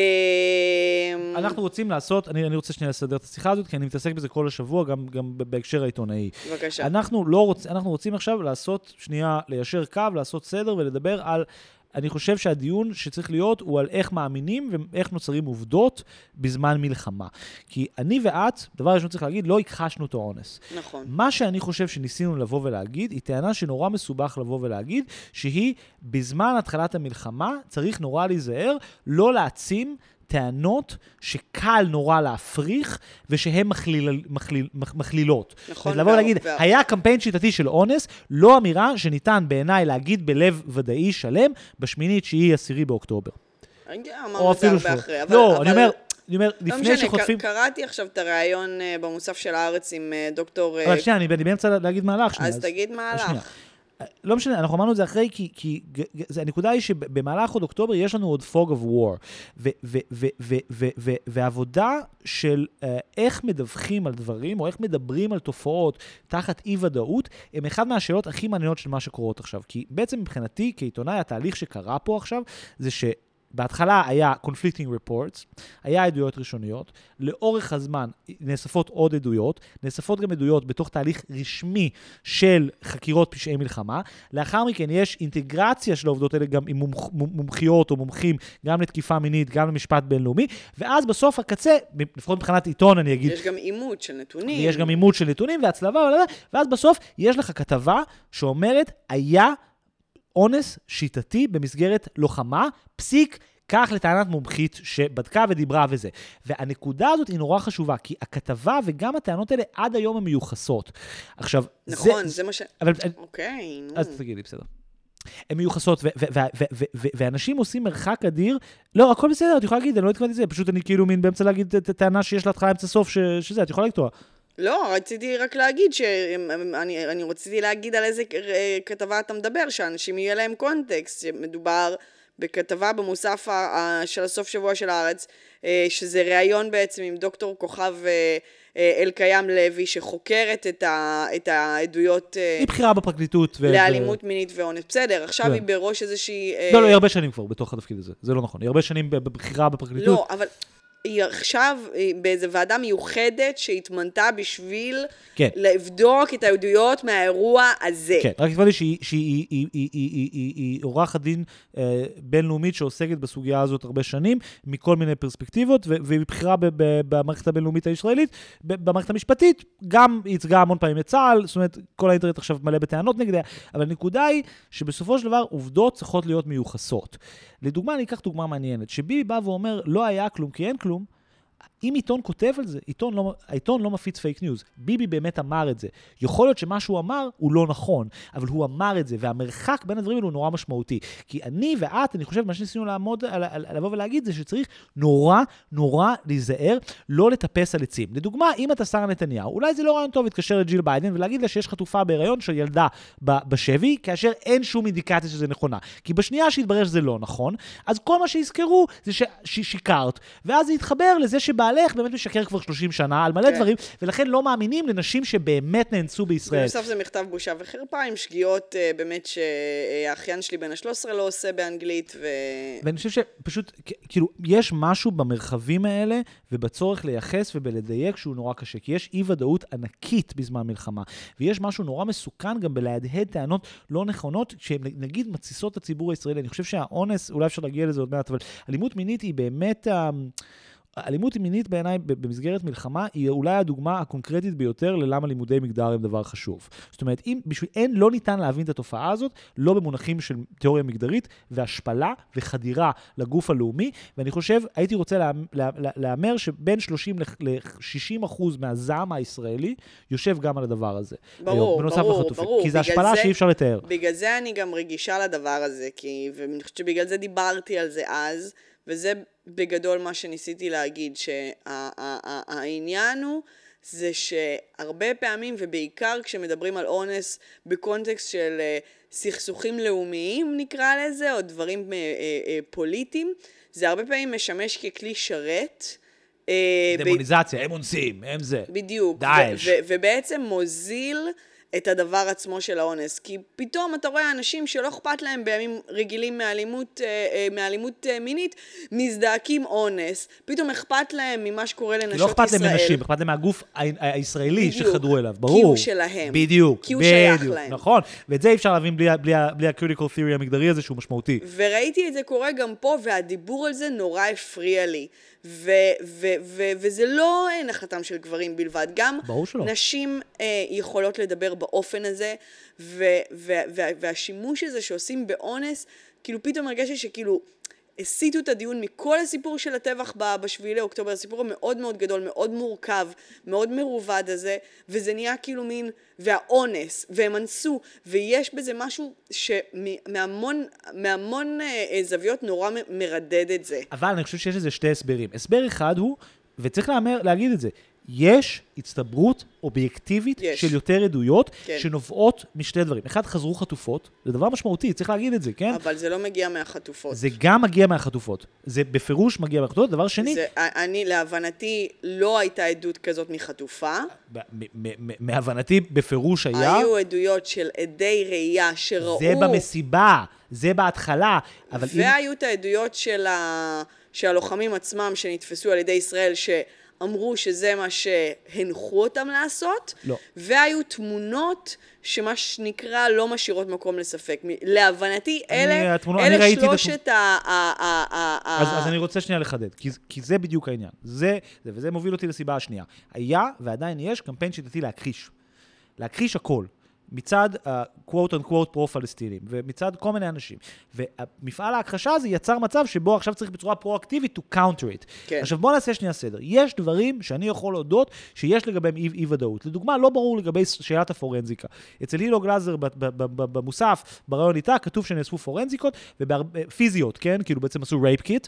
B: אנחנו רוצים לעשות, אני, אני רוצה שנייה לסדר את השיחה הזאת, כי אני מתעסק בזה כל השבוע, גם, גם בהקשר העיתונאי.
A: בבקשה.
B: אנחנו לא רוצ, אנחנו רוצים עכשיו לעשות, שנייה, ליישר קו, לעשות סדר ולדבר על, אני חושב שהדיון שצריך להיות הוא על איך מאמינים ואיך נוצרים עובדות בזמן מלחמה. כי אני ואת, דבר ראשון צריך להגיד, לא הכחשנו את האונס.
A: נכון.
B: מה שאני חושב שניסינו לבוא ולהגיד, היא טענה שנורא מסובך לבוא ולהגיד, שהיא בזמן התחלת המלחמה צריך נורא להיזהר, לא להעצים טענות שקל נורא להפריך, ושהן מכליל, מכליל, מכלילות.
A: נכון.
B: לבוא ולהגיד,
A: וה...
B: היה קמפיין שיטתי של אונס, לא אמירה שניתן בעיניי להגיד בלב ודאי שלם, בשמינית שהיא עשירי באוקטובר.
A: אמרנו את זה הרבה אחרי. אבל,
B: לא,
A: אבל...
B: אני אומר, אני אומר,
A: לא
B: לפני
A: משנה,
B: שחוטפים...
A: קראתי עכשיו את הראיון במוסף של הארץ עם דוקטור...
B: אבל שנייה, אני באמצע להגיד מהלך.
A: אז תגיד מהלך.
B: לא משנה, אנחנו אמרנו את זה אחרי, כי, כי זה, הנקודה היא שבמהלך עוד אוקטובר יש לנו עוד fog of war, ו, ו, ו, ו, ו, ו, ועבודה של uh, איך מדווחים על דברים, או איך מדברים על תופעות תחת אי-ודאות, הם אחד מהשאלות הכי מעניינות של מה שקורות עכשיו. כי בעצם מבחינתי, כעיתונאי, התהליך שקרה פה עכשיו, זה ש... בהתחלה היה conflicting reports, היה עדויות ראשוניות, לאורך הזמן נאספות עוד עדויות, נאספות גם עדויות בתוך תהליך רשמי של חקירות פשעי מלחמה, לאחר מכן יש אינטגרציה של העובדות האלה גם עם מומח, מומחיות או מומחים, גם לתקיפה מינית, גם למשפט בינלאומי, ואז בסוף הקצה, לפחות מבחינת עיתון אני אגיד...
A: יש גם אימות של נתונים.
B: יש גם אימות של נתונים והצלבה, ואז בסוף יש לך כתבה שאומרת, היה... אונס שיטתי במסגרת לוחמה, פסיק, כך לטענת מומחית שבדקה ודיברה וזה. והנקודה הזאת היא נורא חשובה, כי הכתבה וגם הטענות האלה עד היום הן מיוחסות. עכשיו,
A: נכון,
B: זה,
A: זה מה ש...
B: אבל,
A: אוקיי, נו.
B: אז תגידי, בסדר. הן מיוחסות, ו- ו- ו- ו- ו- ו- ואנשים עושים מרחק אדיר. לא, הכל בסדר, את יכולה להגיד, אני לא התכוונתי את זה, פשוט אני כאילו מין באמצע להגיד את הטענה שיש להתחלה אמצע סוף, ש- שזה, את יכולה לקטוע. לא,
A: רציתי רק להגיד שאני אני רציתי להגיד על איזה כתבה אתה מדבר, שאנשים יהיה להם קונטקסט, שמדובר בכתבה במוסף של הסוף שבוע של הארץ, שזה ראיון בעצם עם דוקטור כוכב אלקיים לוי, שחוקרת את, ה, את העדויות...
B: היא בחירה בפרקליטות. ו...
A: לאלימות מינית ואונס. בסדר, עכשיו היא בראש איזושהי...
B: לא, לא, היא הרבה שנים כבר בתוך התפקיד הזה. זה לא נכון. היא הרבה שנים בבחירה בפרקליטות.
A: לא, אבל... היא עכשיו באיזו ועדה מיוחדת שהתמנתה בשביל כן. לבדוק את העדויות מהאירוע הזה.
B: כן, רק התכוונתי שהיא, שהיא היא, היא, היא, היא, היא, היא עורכת דין אה, בינלאומית שעוסקת בסוגיה הזאת הרבה שנים, מכל מיני פרספקטיבות, והיא בחירה ב- ב- במערכת הבינלאומית הישראלית, ב- במערכת המשפטית, גם היא ייצגה המון פעמים את צה"ל, זאת אומרת, כל האינטרנט עכשיו מלא בטענות נגדיה, אבל הנקודה היא שבסופו של דבר עובדות צריכות להיות מיוחסות. לדוגמה, אני אקח דוגמה מעניינת, שביבי בא ואומר, לא היה כלום כי אין כלום, אם עיתון כותב על זה, עיתון לא, העיתון לא מפיץ פייק ניוז. ביבי באמת אמר את זה. יכול להיות שמה שהוא אמר הוא לא נכון, אבל הוא אמר את זה, והמרחק בין הדברים האלו הוא נורא משמעותי. כי אני ואת, אני חושב, מה שניסינו לעמוד, לבוא ולהגיד זה שצריך נורא, נורא להיזהר, לא לטפס על עצים. לדוגמה, אם אתה שר נתניהו, אולי זה לא רעיון טוב להתקשר לג'יל ביידן ולהגיד לה שיש חטופה בהיריון של ילדה בשבי, כאשר אין שום אינדיקציה שזה נכונה. כי בשנייה שהתברר שזה לא נכון, אז כל מה שיזכרו זה ששיקרת, ואז זה יתחבר לזה ש שבעלך באמת משקר כבר שלושים שנה על מלא
A: כן.
B: דברים, ולכן לא מאמינים לנשים שבאמת נאנסו בישראל.
A: בנוסף זה מכתב בושה וחרפה, עם שגיאות uh, באמת שהאחיין שלי בן ה-שלוש עשרה לא עושה באנגלית. ו...
B: ואני חושב שפשוט, כאילו, יש משהו במרחבים האלה, ובצורך לייחס ובלדייק שהוא נורא קשה, כי יש אי ודאות ענקית בזמן מלחמה, ויש משהו נורא מסוכן גם בלהדהד טענות לא נכונות, שהן נגיד מתסיסות את הציבור הישראלי. אני חושב שהאונס, אולי אפשר להגיע לזה עוד מעט, אבל אלימות מינית היא באמת... אלימות מינית בעיניי במסגרת מלחמה היא אולי הדוגמה הקונקרטית ביותר ללמה לימודי מגדר הם דבר חשוב. זאת אומרת, אם בשביל אין לא ניתן להבין את התופעה הזאת, לא במונחים של תיאוריה מגדרית, והשפלה וחדירה לגוף הלאומי, ואני חושב, הייתי רוצה לאמר שבין שלושים ל-שישים אחוז מהזעם הישראלי יושב גם על הדבר הזה.
A: ברור, ברור, ברור.
B: כי זה השפלה שאי אפשר לתאר.
A: בגלל זה אני גם רגישה לדבר הזה, כי, ואני חושבת שבגלל זה דיברתי על זה אז, וזה בגדול מה שניסיתי להגיד, שהעניין הוא, זה שהרבה פעמים, ובעיקר כשמדברים על אונס בקונטקסט של סכסוכים לאומיים, נקרא לזה, או דברים פוליטיים, זה הרבה פעמים משמש ככלי שרת.
B: דמוניזציה, הם אונסים, הם זה.
A: בדיוק.
B: דאעש.
A: ובעצם מוזיל את הדבר עצמו של האונס, כי פתאום אתה רואה אנשים שלא אכפת להם בימים רגילים מאלימות, מאלימות מינית, מזדעקים אונס, פתאום אכפת להם ממה שקורה לנשות ישראל.
B: לא אכפת להם לנשים, אכפת להם מהגוף הישראלי שחדרו אליו, ברור.
A: כי הוא שלהם.
B: בדיוק,
A: כי הוא שייך להם.
B: נכון, ואת זה אי אפשר להבין בלי, בלי, בלי ה-critical theory המגדרי הזה שהוא משמעותי.
A: וראיתי את זה קורה גם פה, והדיבור על זה נורא הפריע לי. ו- ו- ו- וזה לא נחלתם של גברים בלבד, גם נשים אה, יכולות לדבר באופן הזה, ו- ו- ו- והשימוש הזה שעושים באונס, כאילו פתאום הרגשתי שכאילו הסיטו את הדיון מכל הסיפור של הטבח בשביעי לאוקטובר, הסיפור המאוד מאוד גדול, מאוד מורכב, מאוד מרובד הזה, וזה נהיה כאילו מין, והאונס, והם אנסו, ויש בזה משהו שמהמון מהמון אה, זוויות נורא מרדד את זה.
B: אבל אני חושב שיש לזה שתי הסברים. הסבר אחד הוא, וצריך לאמר, להגיד את זה, יש הצטברות אובייקטיבית יש. של יותר עדויות כן. שנובעות משתי דברים. אחד, חזרו חטופות, זה דבר משמעותי, צריך להגיד את זה, כן?
A: אבל זה לא מגיע מהחטופות.
B: זה גם מגיע מהחטופות. זה בפירוש מגיע מהחטופות. דבר שני...
A: זה, אני, להבנתי, לא הייתה עדות כזאת מחטופה.
B: מהבנתי, בפירוש היה...
A: היו עדויות של עדי ראייה שראו...
B: זה במסיבה, זה בהתחלה. אבל
A: והיו אם... את העדויות של, ה... של הלוחמים עצמם שנתפסו על ידי ישראל ש... אמרו שזה מה שהנחו אותם לעשות,
B: לא.
A: והיו תמונות שמה שנקרא לא משאירות מקום לספק. להבנתי, אלה,
B: התמונות,
A: אלה שלושת ה...
B: אז, אז אני רוצה שנייה לחדד, כי, כי זה בדיוק העניין. זה, זה, וזה מוביל אותי לסיבה השנייה. היה ועדיין יש קמפיין שיטתי להכחיש. להכחיש הכל. מצד quote unquote פרו-פלסטינים, ומצד כל מיני אנשים. ומפעל ההכחשה הזה יצר מצב שבו עכשיו צריך בצורה פרו-אקטיבית to counter it.
A: כן.
B: עכשיו בוא נעשה שנייה סדר. יש דברים שאני יכול להודות שיש לגביהם אי, אי ודאות. לדוגמה, לא ברור לגבי שאלת הפורנזיקה. אצל הילו גלזר במוסף, ברעיון איתה, כתוב שנאספו פורנזיקות, פיזיות, כן? כאילו בעצם עשו רייפ קיט,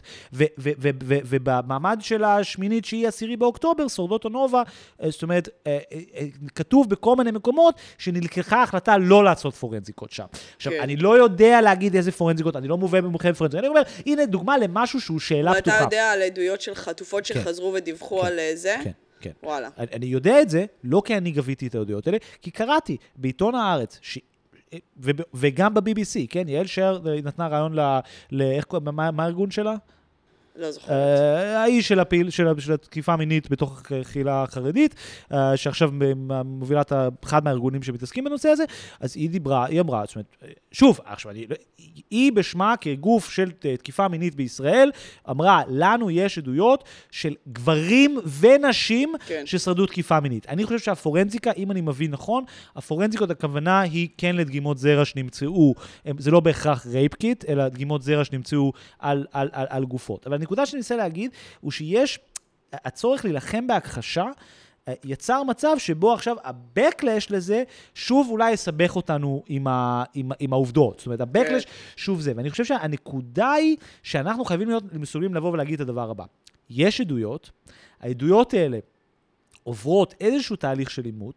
B: ובמעמד של השמינית שהיא עשירי באוקטובר, שורדות הנובה, זאת אומרת, כתוב בכל מיני מקומות שנלקחה ההחלטה לא לעשות פורנזיקות שם. עכשיו,
A: כן.
B: אני לא יודע להגיד איזה פורנזיקות, אני לא מובא במומחה בפורנזיקות, אני אומר, הנה דוגמה למשהו שהוא שאלה פתוחה.
A: ואתה יודע על עדויות של חטופות שחזרו ודיווחו על זה?
B: כן, כן.
A: וואלה.
B: אני, אני יודע את זה, לא כי אני גביתי את העדויות האלה, כי קראתי בעיתון הארץ, ש... ו... וגם ב-בי בי סי, כן, יעל שר נתנה רעיון ל... ל... איך... מה, מה הארגון שלה?
A: לא זוכרת.
B: האיש של הפעיל, של התקיפה מינית בתוך הקהילה החרדית, שעכשיו מובילה את אחד מהארגונים שמתעסקים בנושא הזה, אז היא דיברה, היא אמרה, זאת אומרת, שוב, עכשיו, היא בשמה כגוף של תקיפה מינית בישראל, אמרה, לנו יש עדויות של גברים ונשים ששרדו תקיפה מינית. אני חושב שהפורנזיקה, אם אני מבין נכון, הפורנזיקות הכוונה היא כן לדגימות זרע שנמצאו, זה לא בהכרח רייפ קיט, אלא דגימות זרע שנמצאו על, על, על, על גופות. אבל הנקודה שאני ניסה להגיד, הוא שיש הצורך להילחם בהכחשה, יצר מצב שבו עכשיו הבקלש לזה שוב אולי יסבך אותנו עם, ה, עם, עם העובדות. זאת אומרת, הבקלש שוב זה. ואני חושב שהנקודה היא שאנחנו חייבים להיות מסוגלים לבוא ולהגיד את הדבר הבא. יש עדויות, העדויות האלה עוברות איזשהו תהליך של אימות,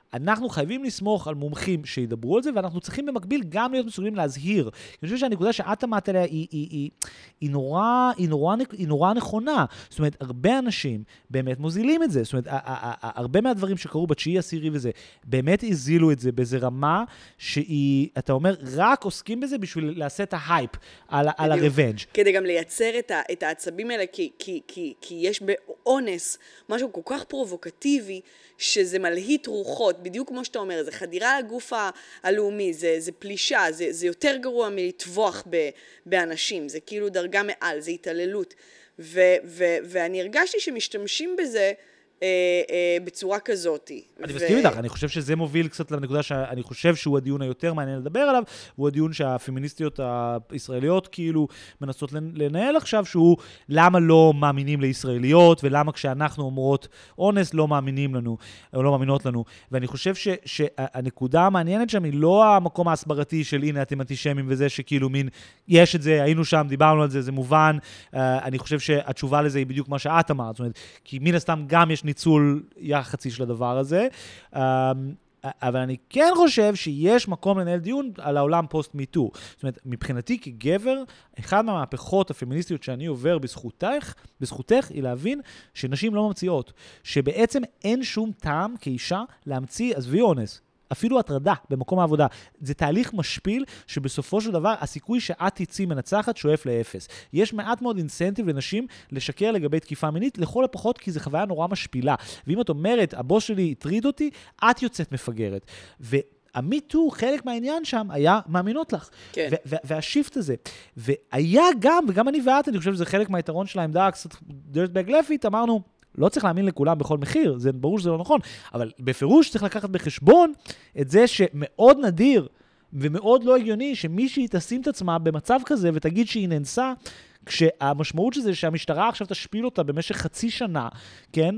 B: אנחנו חייבים לסמוך על מומחים שידברו על זה, ואנחנו צריכים במקביל גם להיות מסוגלים להזהיר. אני חושב שהנקודה שאת אמרת עליה היא, היא, היא, היא, נורא, היא, נורא, היא נורא נכונה. זאת אומרת, הרבה אנשים באמת מוזילים את זה. זאת אומרת, הרבה מהדברים שקרו בתשיעי עשירי וזה, באמת הזילו את זה באיזה רמה שהיא, אתה אומר, רק עוסקים בזה בשביל לעשות את ההייפ על, על הרוונג'.
A: כדי גם לייצר את, ה, את העצבים האלה, כי, כי, כי, כי יש באונס משהו כל כך פרובוקטיבי, שזה מלהיט רוחות, בדיוק כמו שאתה אומר, זה חדירה לגוף הלאומי, זה, זה פלישה, זה, זה יותר גרוע מלטבוח ב, באנשים, זה כאילו דרגה מעל, זה התעללות. ו, ו, ואני הרגשתי שמשתמשים בזה, אה, אה, בצורה כזאת.
B: אני מסכים איתך, אני חושב שזה מוביל קצת לנקודה שאני חושב שהוא הדיון היותר מעניין לדבר עליו, הוא הדיון שהפמיניסטיות הישראליות כאילו מנסות לנהל עכשיו, שהוא למה לא מאמינים לישראליות, ולמה כשאנחנו אומרות אונס לא מאמינים לנו, או לא מאמינות לנו, ואני חושב ש, שהנקודה המעניינת שם היא לא המקום ההסברתי של הנה אתם אנטישמים וזה שכאילו מין, יש את זה, היינו שם, דיברנו על זה, זה מובן, אני חושב שהתשובה לזה היא בדיוק מה שאת אמרת, זאת אומרת, כי מן הסתם גם יש ניצול יחצי של הדבר הזה, אבל אני כן חושב שיש מקום לנהל דיון על העולם פוסט-מיטו. זאת אומרת, מבחינתי כגבר, אחד מהמהפכות הפמיניסטיות שאני עובר בזכותך, בזכותך היא להבין שנשים לא ממציאות, שבעצם אין שום טעם כאישה להמציא, עזבי אונס, אפילו הטרדה במקום העבודה. זה תהליך משפיל שבסופו של דבר הסיכוי שאת תצאי מנצחת שואף לאפס. יש מעט מאוד אינסנטיב לנשים לשקר לגבי תקיפה מינית, לכל הפחות כי זו חוויה נורא משפילה. ואם את אומרת, הבוס שלי הטריד אותי, את יוצאת מפגרת. והמיטו, חלק מהעניין שם היה מאמינות לך.
A: כן.
B: והשיפט הזה. והיה גם, וגם אני ואת, אני חושב שזה חלק מהיתרון של העמדה קצת דרטבג לפית, אמרנו, לא צריך להאמין לכולם בכל מחיר, זה ברור שזה לא נכון, אבל בפירוש צריך לקחת בחשבון את זה שמאוד נדיר ומאוד לא הגיוני שמישהי תשים את עצמה במצב כזה ותגיד שהיא ננסה, כשהמשמעות של זה שהמשטרה עכשיו תשפיל אותה במשך חצי שנה, כן?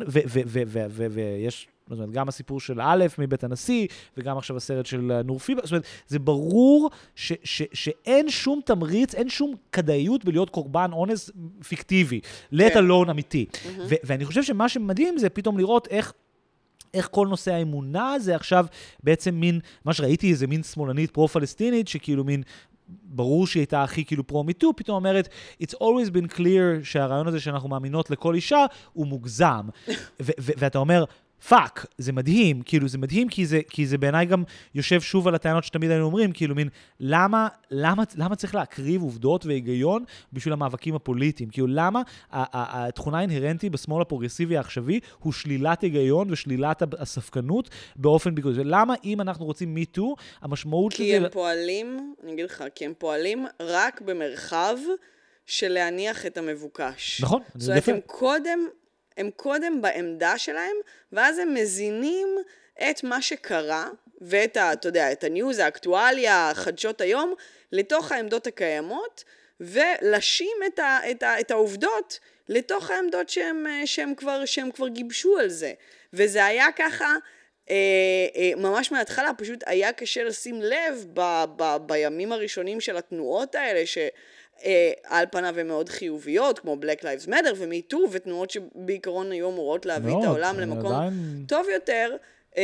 B: ויש זאת אומרת, גם הסיפור של א' מבית הנשיא, וגם עכשיו הסרט של נור פיבר, זאת אומרת, זה ברור ש, ש, שאין שום תמריץ, אין שום כדאיות בלהיות קורבן אונס פיקטיבי, let alone אמיתי. ו- ואני חושב שמה שמדהים זה פתאום לראות איך, איך כל נושא האמונה הזה עכשיו בעצם מין, מה שראיתי זה מין שמאלנית פרו-פלסטינית, שכאילו מין, ברור שהיא הייתה הכי כאילו פרו-מיטו, פתאום אומרת, it's always been clear שהרעיון הזה שאנחנו מאמינות לכל אישה, הוא מוגזם. ו- ו- ואתה אומר, פאק, זה מדהים, כאילו זה מדהים כי זה, כי זה בעיניי גם יושב שוב על הטענות שתמיד היינו אומרים, כאילו מין, למה, למה, למה צריך להקריב עובדות והיגיון בשביל המאבקים הפוליטיים? כאילו למה התכונה האינהרנטית בשמאל הפרוגרסיבי העכשווי הוא שלילת היגיון ושלילת הספקנות באופן בגלל זה? למה אם אנחנו רוצים מיטו, המשמעות
A: כי הם פועלים, אני אגיד לך, כי הם פועלים רק במרחב של להניח את המבוקש.
B: נכון.
A: זאת אומרת, הם קודם... הם קודם בעמדה שלהם, ואז הם מזינים את מה שקרה, ואת ה, אתה יודע, את הניוז, האקטואליה, החדשות היום, לתוך העמדות הקיימות, ולשים את, ה, את, ה, את העובדות לתוך העמדות שהם, שהם, כבר, שהם כבר גיבשו על זה. וזה היה ככה, אה, אה, ממש מההתחלה, פשוט היה קשה לשים לב ב, ב, בימים הראשונים של התנועות האלה, ש... על פניו הן מאוד חיוביות, כמו Black Lives Matter ומיטו, ותנועות שבעיקרון היו אמורות להביא את העולם למקום טוב יותר,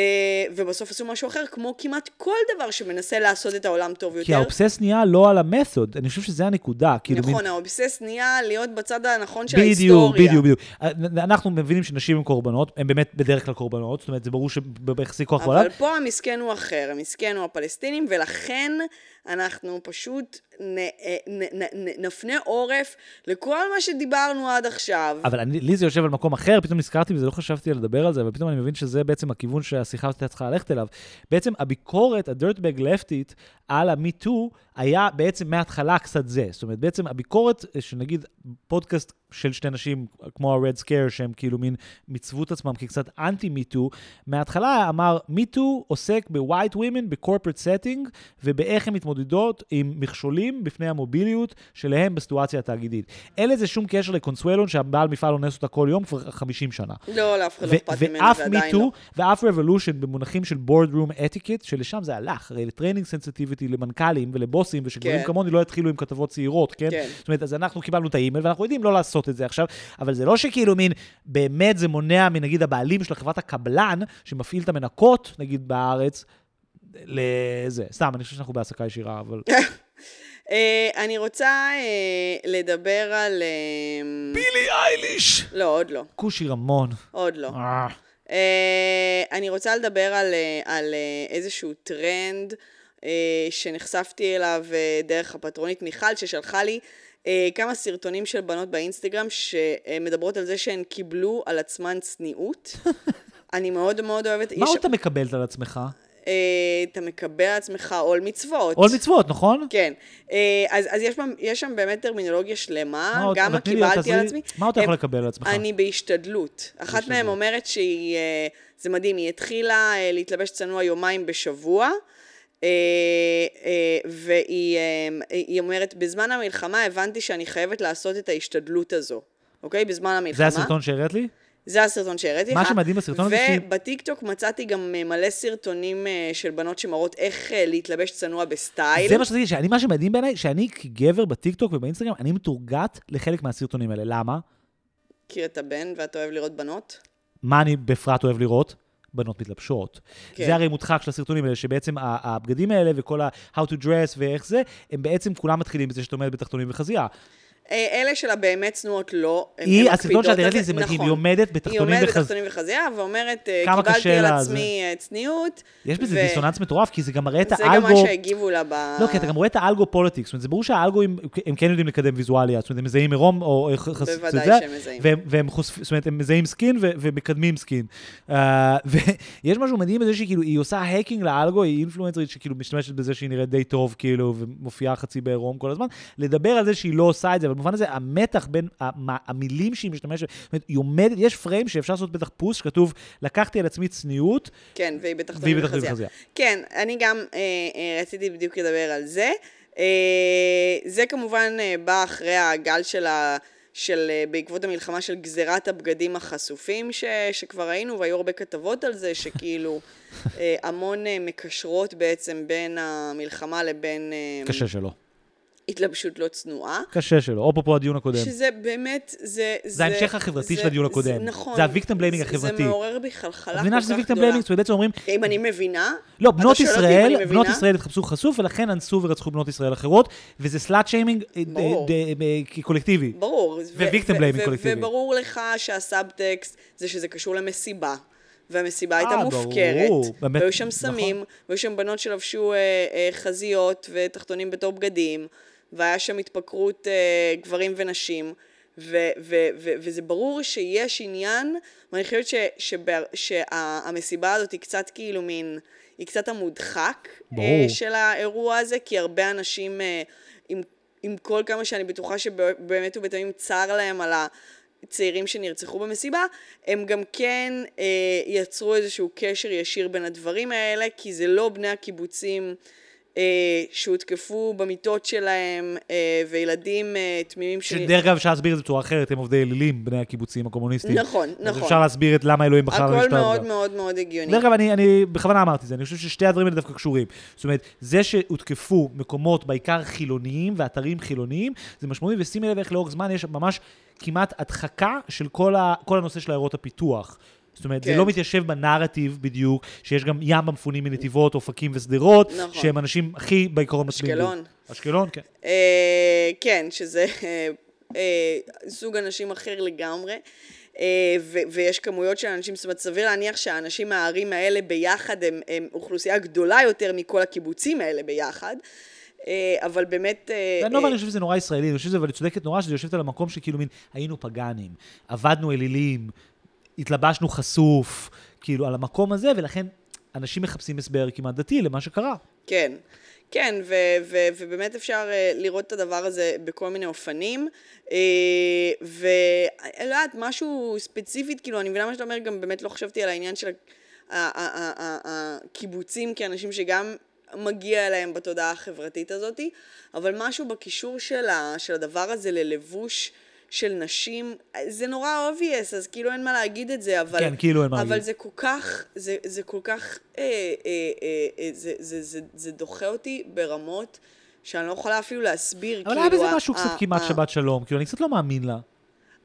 A: ובסוף עשו משהו אחר, כמו כמעט כל דבר שמנסה לעשות את העולם טוב יותר.
B: כי האובסס נהיה לא על המתוד, אני חושב שזה הנקודה.
A: נכון, האובסס נהיה להיות בצד הנכון של ההיסטוריה.
B: בדיוק, בדיוק, בדיוק. אנחנו מבינים שנשים הן קורבנות, הן באמת בדרך כלל קורבנות, זאת אומרת, זה ברור שביחסי כוח בעולם.
A: אבל פה המסכן הוא אחר, המסכן הוא הפלסטינים, ולכן אנחנו פשוט נ, נ, נ, נ, נפנה עורף לכל מה שדיברנו עד עכשיו.
B: אבל אני, לי זה יושב על מקום אחר, פתאום נזכרתי וזה לא חשבתי לדבר על זה, אבל פתאום אני מבין שזה בעצם הכיוון שהשיחה הזאת צריכה ללכת אליו. בעצם הביקורת, הדירטבג לפטית, על המיטו, היה בעצם מההתחלה קצת זה. זאת אומרת, בעצם הביקורת, שנגיד פודקאסט של שתי נשים, כמו ה-Red Scare, שהם כאילו מין מצוות עצמם כקצת אנטי-מיטו, מההתחלה אמר, מיטו עוסק ב-white women, ב-corporate setting, ובאיך הן מתמודדות עם מכשולים בפני המוביליות שלהם בסיטואציה התאגידית. אין לזה שום קשר לקונסואלון, שהבעל מפעל אונס אותה כל יום כבר חמישים שנה.
A: לא, לאף אחד לא אכפת ממנה,
B: זה עדיין לא. ואף revolution במונחים של boardroom etiquette, שלשם זה הלך, הרי לטריינינג סנסיטיביטי למנכ"לים ולבוסים, ושגברים כמוני לא יתחילו עם כתבות צעירות, כן? זאת אומרת, אז אנחנו קיבלנו את האימייל, ואנחנו יודעים לא לעשות לעשות את זה עכשיו, אבל זה לא שכאילו מין, באמת זה מונע מנגיד הבעלים של חברת הקבלן, שמפעיל את המנקות, נגיד בארץ, לזה. סתם, אני חושב שאנחנו בהעסקה ישירה, אבל...
A: אני רוצה לדבר על...
B: בילי אייליש!
A: לא, עוד לא.
B: קושי רמון.
A: עוד לא. אני רוצה לדבר על איזשהו טרנד שנחשפתי אליו דרך הפטרונית מיכל, ששלחה לי כמה סרטונים של בנות באינסטגרם שמדברות על זה שהן קיבלו על עצמן צניעות. אני מאוד מאוד אוהבת...
B: מה אתה מקבלת על עצמך?
A: אתה מקבל על עצמך עול מצוות.
B: עול מצוות, נכון?
A: כן. אז, אז יש, יש שם באמת טרמינולוגיה שלמה, גם מה קיבלתי על עצמי.
B: מה אתה יכול לקבל על עצמך?
A: אני בהשתדלות. אחת מהם אומרת שהיא, זה מדהים, היא התחילה להתלבש צנוע יומיים בשבוע, והיא אומרת, בזמן המלחמה הבנתי שאני חייבת לעשות את ההשתדלות הזו. אוקיי? בזמן המלחמה.
B: זה הסרטון שהראית לי?
A: זה הסרטון שהראיתי לך.
B: מה שמדהים בסרטון הזה ש...
A: ובטיקטוק מצאתי גם מלא סרטונים של בנות שמראות איך להתלבש צנוע בסטייל.
B: זה מה שרציתי, שאני, מה שמדהים בעיניי, שאני כגבר בטיקטוק ובאינסטגרם, אני מתורגת לחלק מהסרטונים האלה. למה?
A: כי אתה בן ואתה אוהב לראות בנות?
B: מה אני בפרט אוהב לראות? בנות מתלבשות.
A: כן.
B: זה הרי מודחק של הסרטונים האלה, שבעצם הבגדים האלה וכל ה-how to dress ואיך זה, הם בעצם כולם מתחילים בזה שאתה עומד בתחתונים וחזייה.
A: אלה שלה באמת צנועות לא.
B: היא, הסרטון שאת הראית לי זה מדהים, היא עומדת בתחתונים וחזייה.
A: היא עומדת בתחתונים וחזייה, ואומרת, קיבלתי על עצמי צניעות.
B: יש בזה דיסוננס מטורף, כי זה גם מראה את האלגו...
A: זה גם מה שהגיבו לה ב...
B: לא, כי אתה גם רואה את האלגו פוליטיקס, זאת אומרת, זה ברור שהאלגוים, הם כן יודעים לקדם ויזואליה, זאת אומרת, הם מזהים מרום, או...
A: בוודאי שהם מזהים.
B: והם חושפים, זאת אומרת, הם מזהים סקין ומקדמים סקין. ויש משהו מדהים בזה שכאילו, היא עושה האקינג לאלגו, היא אינפלואנסרית שכאילו משתמשת בזה שהיא נראית די טוב, כאילו, ומופיעה חצי בעירום כל הזמן, לדבר על זה שהיא לא עושה את זה, אבל במובן הזה, המתח בין המילים שהיא משתמשת, זאת אומרת, היא עומדת, יש פריים שאפשר לעשות בטח פוס, שכתוב, לקחתי על עצמי צניעות,
A: כן, והיא בתחתונים וחזייה. כן, אני גם אה, רציתי בדיוק לדבר על זה. אה, זה כמובן אה, בא אחרי הגל של, ה, של אה, בעקבות המלחמה של גזירת הבגדים החשופים, ש, שכבר ראינו, והיו הרבה כתבות על זה, שכאילו אה, המון אה, מקשרות בעצם בין המלחמה לבין... אה,
B: קשה שלא.
A: התלבשות לא צנועה.
B: קשה שלו, או פה פה הדיון הקודם.
A: שזה באמת, זה...
B: זה ההמשך החברתי של הדיון הקודם.
A: נכון.
B: זה הוויקטים בליימינג החברתי.
A: זה מעורר בי חלחלה כל כך גדולה.
B: מבינה שזה ויקטים בליימינג, זאת אומרת, בעצם אומרים...
A: אם אני מבינה...
B: לא, בנות ישראל, בנות ישראל התחפשו חשוף, ולכן אנסו ורצחו בנות ישראל אחרות, וזה סלאט שיימינג קולקטיבי.
A: ברור.
B: וויקטים בליימינג קולקטיבי.
A: וברור לך שהסאבטקסט זה שזה קשור למסיבה. והמסיבה הייתה מופקרת, והיו שם סמים, והיו שם בנות שלבשו חזיות ותחתונים בתור בגדים, והיה שם התפקרות uh, גברים ונשים, ו- ו- ו- וזה ברור שיש עניין, ואני חושבת ש- שבה- שהמסיבה הזאת היא קצת כאילו מין, היא קצת המודחק uh, של האירוע הזה, כי הרבה אנשים, uh, עם, עם כל כמה שאני בטוחה שבאמת ובתמים צר להם על הצעירים שנרצחו במסיבה, הם גם כן uh, יצרו איזשהו קשר ישיר בין הדברים האלה, כי זה לא בני הקיבוצים, שהותקפו במיטות שלהם, וילדים תמימים...
B: שדרך אגב אפשר להסביר את זה בצורה אחרת, הם עובדי אלילים, בני הקיבוצים הקומוניסטיים.
A: נכון, נכון.
B: אז אפשר להסביר את למה אלוהים בחר
A: הכל מאוד מאוד מאוד הגיוני.
B: דרך אגב, אני בכוונה אמרתי זה, אני חושב ששתי הדברים האלה דווקא קשורים. זאת אומרת, זה שהותקפו מקומות בעיקר חילוניים, ואתרים חילוניים, זה משמעותי, ושימי לב איך לאורך זמן יש ממש כמעט הדחקה של כל הנושא של עיירות הפיתוח. זאת אומרת, כן. זה לא מתיישב בנרטיב בדיוק, שיש גם ים במפונים מנתיבות, אופקים וסדרות, נכון. שהם אנשים הכי בעיקרון מצביעים.
A: אשקלון.
B: אשקלון, כן.
A: אה, כן, שזה אה, אה, סוג אנשים אחר לגמרי, אה, ו- ויש כמויות של אנשים, זאת אומרת, סביר להניח שהאנשים מהערים האלה ביחד, הם, הם אוכלוסייה גדולה יותר מכל הקיבוצים האלה ביחד, אבל באמת...
B: אני לא, אני חושב שזה נורא ישראלי, אני חושב שזה, אבל צודקת נורא, שזה יושבת על המקום שכאילו מין, היינו פגנים, עבדנו אלילים, התלבשנו חשוף, כאילו, על המקום הזה, ולכן אנשים מחפשים הסבר כמעט דתי למה שקרה.
A: כן, כן, ו- ו- ובאמת אפשר לראות את הדבר הזה בכל מיני אופנים, ולא יודעת, משהו ספציפית, כאילו, אני מבינה מה שאתה אומר, גם באמת לא חשבתי על העניין של הקיבוצים, כאנשים שגם מגיע אליהם בתודעה החברתית הזאת, אבל משהו בקישור של הדבר הזה ללבוש, של נשים, זה נורא obvious, אז כאילו אין מה להגיד את זה, אבל,
B: כן, כאילו אין מה
A: אבל
B: להגיד.
A: זה כל כך, זה, זה כל כך, אה, אה, אה, זה, זה, זה, זה דוחה אותי ברמות, שאני לא יכולה אפילו להסביר,
B: אבל היה בזה משהו קצת כמעט שבת שלום, כאילו אני קצת לא מאמין לה.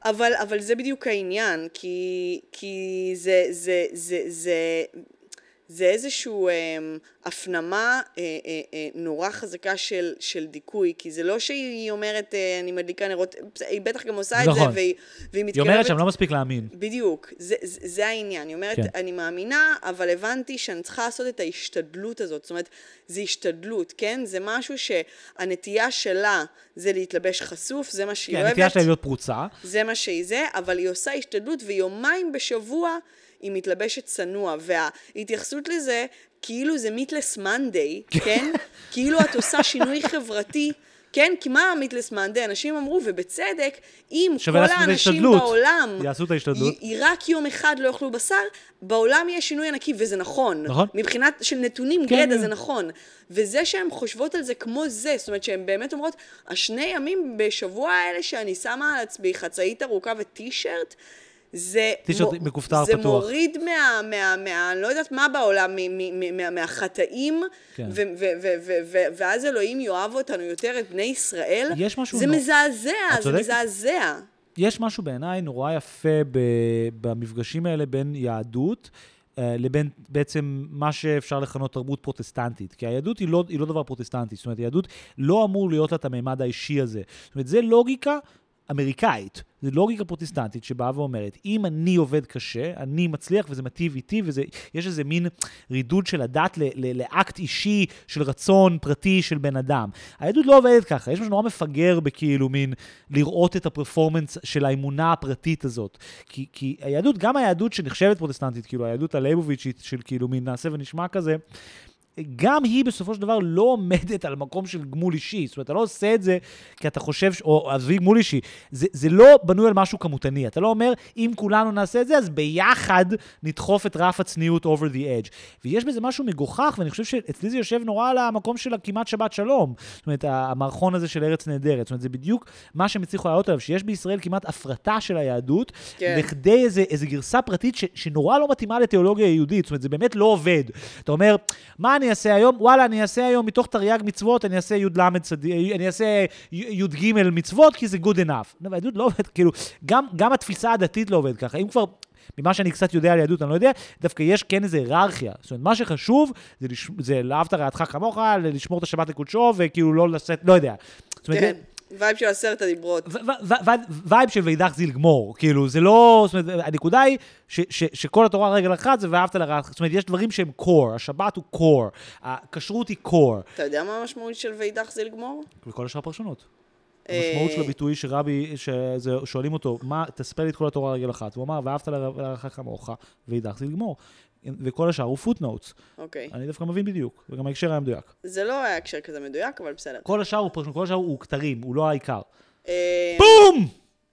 A: אבל, אבל זה בדיוק העניין, כי, כי זה, זה, זה, זה, זה איזשהו אה, הפנמה אה, אה, אה, נורא חזקה של, של דיכוי, כי זה לא שהיא אומרת, אה, אני מדליקה נרות, היא בטח גם עושה
B: נכון.
A: את זה, והיא, והיא מתקרבת...
B: היא אומרת שאני לא מספיק להאמין.
A: בדיוק, זה, זה, זה העניין. היא אומרת, כן. אני מאמינה, אבל הבנתי שאני צריכה לעשות את ההשתדלות הזאת. זאת אומרת, זה השתדלות, כן? זה משהו שהנטייה שלה זה להתלבש חשוף, זה מה שהיא
B: כן,
A: אוהבת.
B: הנטייה שלה להיות פרוצה.
A: זה מה שהיא זה, אבל היא עושה השתדלות, ויומיים בשבוע היא מתלבשת צנוע, וההתייחסות לזה, כאילו זה מיטלס מנדי, כן? כאילו את עושה שינוי חברתי, כן? כי מה מיטלס מנדי? אנשים אמרו, ובצדק, אם כל האנשים בעולם,
B: יעשו את ההשתדלות.
A: י- רק יום אחד לא יאכלו בשר, בעולם יהיה שינוי ענקי, וזה נכון.
B: נכון.
A: מבחינת של נתונים
B: כן,
A: גדע,
B: כן.
A: זה נכון. וזה שהן חושבות על זה כמו זה, זאת אומרת שהן באמת אומרות, השני ימים בשבוע האלה שאני שמה על עצמי חצאית ארוכה וטי-שירט, זה,
B: מכופתר
A: זה
B: פתוח.
A: מוריד מה, מה, מה, אני לא יודעת מה בעולם, מ, מ, מה, מהחטאים,
B: כן.
A: ו, ו, ו, ו, ו, ואז אלוהים יאהב אותנו יותר את בני ישראל.
B: יש משהו
A: זה
B: נו...
A: מזעזע, זה
B: צודק?
A: מזעזע.
B: יש משהו בעיניי נורא יפה ב- במפגשים האלה בין יהדות, אה, לבין בעצם מה שאפשר לכנות תרבות פרוטסטנטית. כי היהדות היא לא, היא לא דבר פרוטסטנטי. זאת אומרת, היהדות לא אמור להיות לה את הממד האישי הזה. זאת אומרת, זה לוגיקה אמריקאית. זה לוגיקה פרוטסטנטית שבאה ואומרת, אם אני עובד קשה, אני מצליח וזה מטיב איתי, ויש איזה מין רידוד של הדת ל- ל- לאקט אישי של רצון פרטי של בן אדם. היהדות לא עובדת ככה, יש משהו נורא מפגר בכאילו מין לראות את הפרפורמנס של האמונה הפרטית הזאת. כי, כי היהדות, גם היהדות שנחשבת פרוטסטנטית, כאילו היהדות הלייבוביצ'ית של כאילו מין נעשה ונשמע כזה, גם היא בסופו של דבר לא עומדת על מקום של גמול אישי. זאת אומרת, אתה לא עושה את זה כי אתה חושב, או עזבי גמול אישי, זה, זה לא בנוי על משהו כמותני. אתה לא אומר, אם כולנו נעשה את זה, אז ביחד נדחוף את רף הצניעות over the edge. ויש בזה משהו מגוחך, ואני חושב שאצלי זה יושב נורא על המקום של כמעט שבת שלום. זאת אומרת, המערכון הזה של ארץ נהדרת. זאת אומרת, זה בדיוק מה שהם הצליחו להעלות עליו, שיש בישראל כמעט הפרטה של היהדות, כן. לכדי איזה, איזה גרסה פרטית ש, שנורא לא מתאימה לתיאולוגיה יהודית. זאת אומרת, זה באמת לא עובד. אתה אומר, מה אני אעשה היום? וואלה, אני אעשה היום מתוך תרי"ג מצוות, אני אעשה י' למד צדיק, אני אעשה י' ג' מצוות, כי זה good enough. לא, היהדות לא עובד, כאילו, גם, גם התפיסה הדתית לא עובד ככה. אם כבר, ממה שאני קצת יודע על יהדות, אני לא יודע, דווקא יש כן איזו היררכיה. זאת אומרת, מה שחשוב, זה, לש... זה לאהבת רעתך כמוך, לשמור את השבת לקודשו, וכאילו לא לשאת, לא יודע. זאת אומרת,
A: כן. וייב של עשרת הדיברות.
B: וייב של וידח זיל גמור, כאילו, זה לא, זאת אומרת, הנקודה היא שכל התורה רגל אחת זה ואהבת לרעתך, זאת אומרת, יש דברים שהם קור, השבת הוא קור, הכשרות היא קור.
A: אתה יודע מה המשמעות של וידח זיל גמור?
B: וכל השאר פרשנות. המשמעות של הביטוי שרבי, ששואלים אותו, מה, תספר לי את כל התורה רגל אחת, הוא אמר, ואהבת לרעתך כמוך, וידח זיל גמור. וכל השאר הוא פוטנוטס.
A: אוקיי.
B: אני דווקא מבין בדיוק, וגם ההקשר היה מדויק.
A: זה לא היה הקשר כזה מדויק, אבל בסדר.
B: כל השאר הוא פרשנות, כל השאר הוא כתרים, הוא לא העיקר. בום!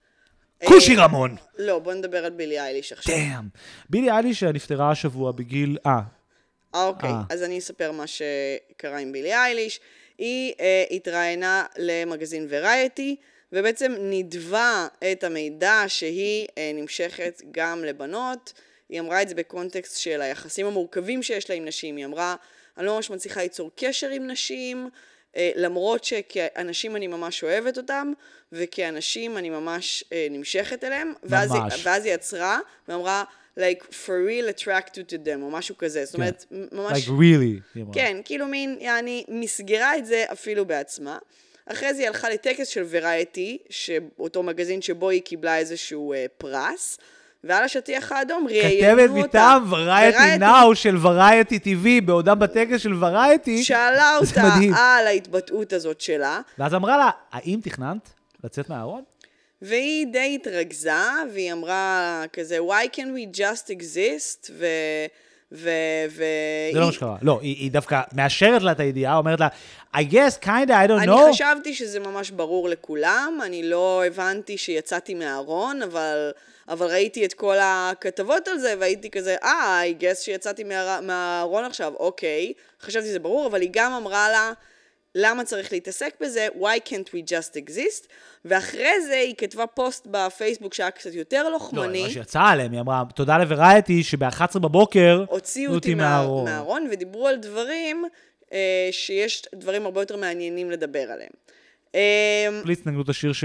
B: כושי רמון.
A: לא, בוא נדבר על בילי אייליש עכשיו.
B: דאם. בילי אייליש נפטרה השבוע בגיל... אה.
A: אוקיי, אז אני אספר מה שקרה עם בילי אייליש. היא התראיינה למגזין ורייטי, ובעצם נדבה את המידע שהיא נמשכת גם לבנות. היא אמרה את זה בקונטקסט של היחסים המורכבים שיש לה עם נשים. היא אמרה, אני לא ממש מצליחה ליצור קשר עם נשים, למרות שכאנשים אני ממש אוהבת אותם, וכאנשים אני ממש נמשכת אליהם. ואז,
B: ממש.
A: היא, ואז היא יצרה, ואמרה, like, for real attracted to them, או משהו כזה. זאת אומרת, ממש...
B: like really.
A: כן, כאילו מין, יעני, מסגרה את זה אפילו בעצמה. אחרי זה היא הלכה לטקס של ורייטי, אותו מגזין שבו היא קיבלה איזשהו אה, פרס, ועל השטיח האדום ראיינו אותה.
B: כתבת מטעם ורייטי נאו של ורייטי טיווי, בעודם בטקס של ורייטי.
A: שאלה אותה על ההתבטאות הזאת שלה.
B: ואז אמרה לה, האם תכננת לצאת מהארון?
A: והיא די התרגזה, והיא אמרה כזה, why can we just exist? ו... ו... ו...
B: זה לא מה שקרה. לא, היא, היא דווקא מאשרת לה את הידיעה, אומרת לה, I guess, kinda, I don't know.
A: אני חשבתי שזה ממש ברור לכולם, אני לא הבנתי שיצאתי מהארון, אבל, אבל ראיתי את כל הכתבות על זה, והייתי כזה, אה, I guess שיצאתי מה... מהארון עכשיו, אוקיי. חשבתי שזה ברור, אבל היא גם אמרה לה, למה צריך להתעסק בזה? Why can't we just exist? ואחרי זה היא כתבה פוסט בפייסבוק שהיה קצת יותר לוחמני.
B: לא, מה שיצא עליהם, היא אמרה, תודה לוורייטי שב-אחת עשרה בבוקר
A: הוציאו אותי מהארון. מהארון ודיברו על דברים אה, שיש דברים הרבה יותר מעניינים לדבר עליהם. אה,
B: בלי התנגנות השיר שלי,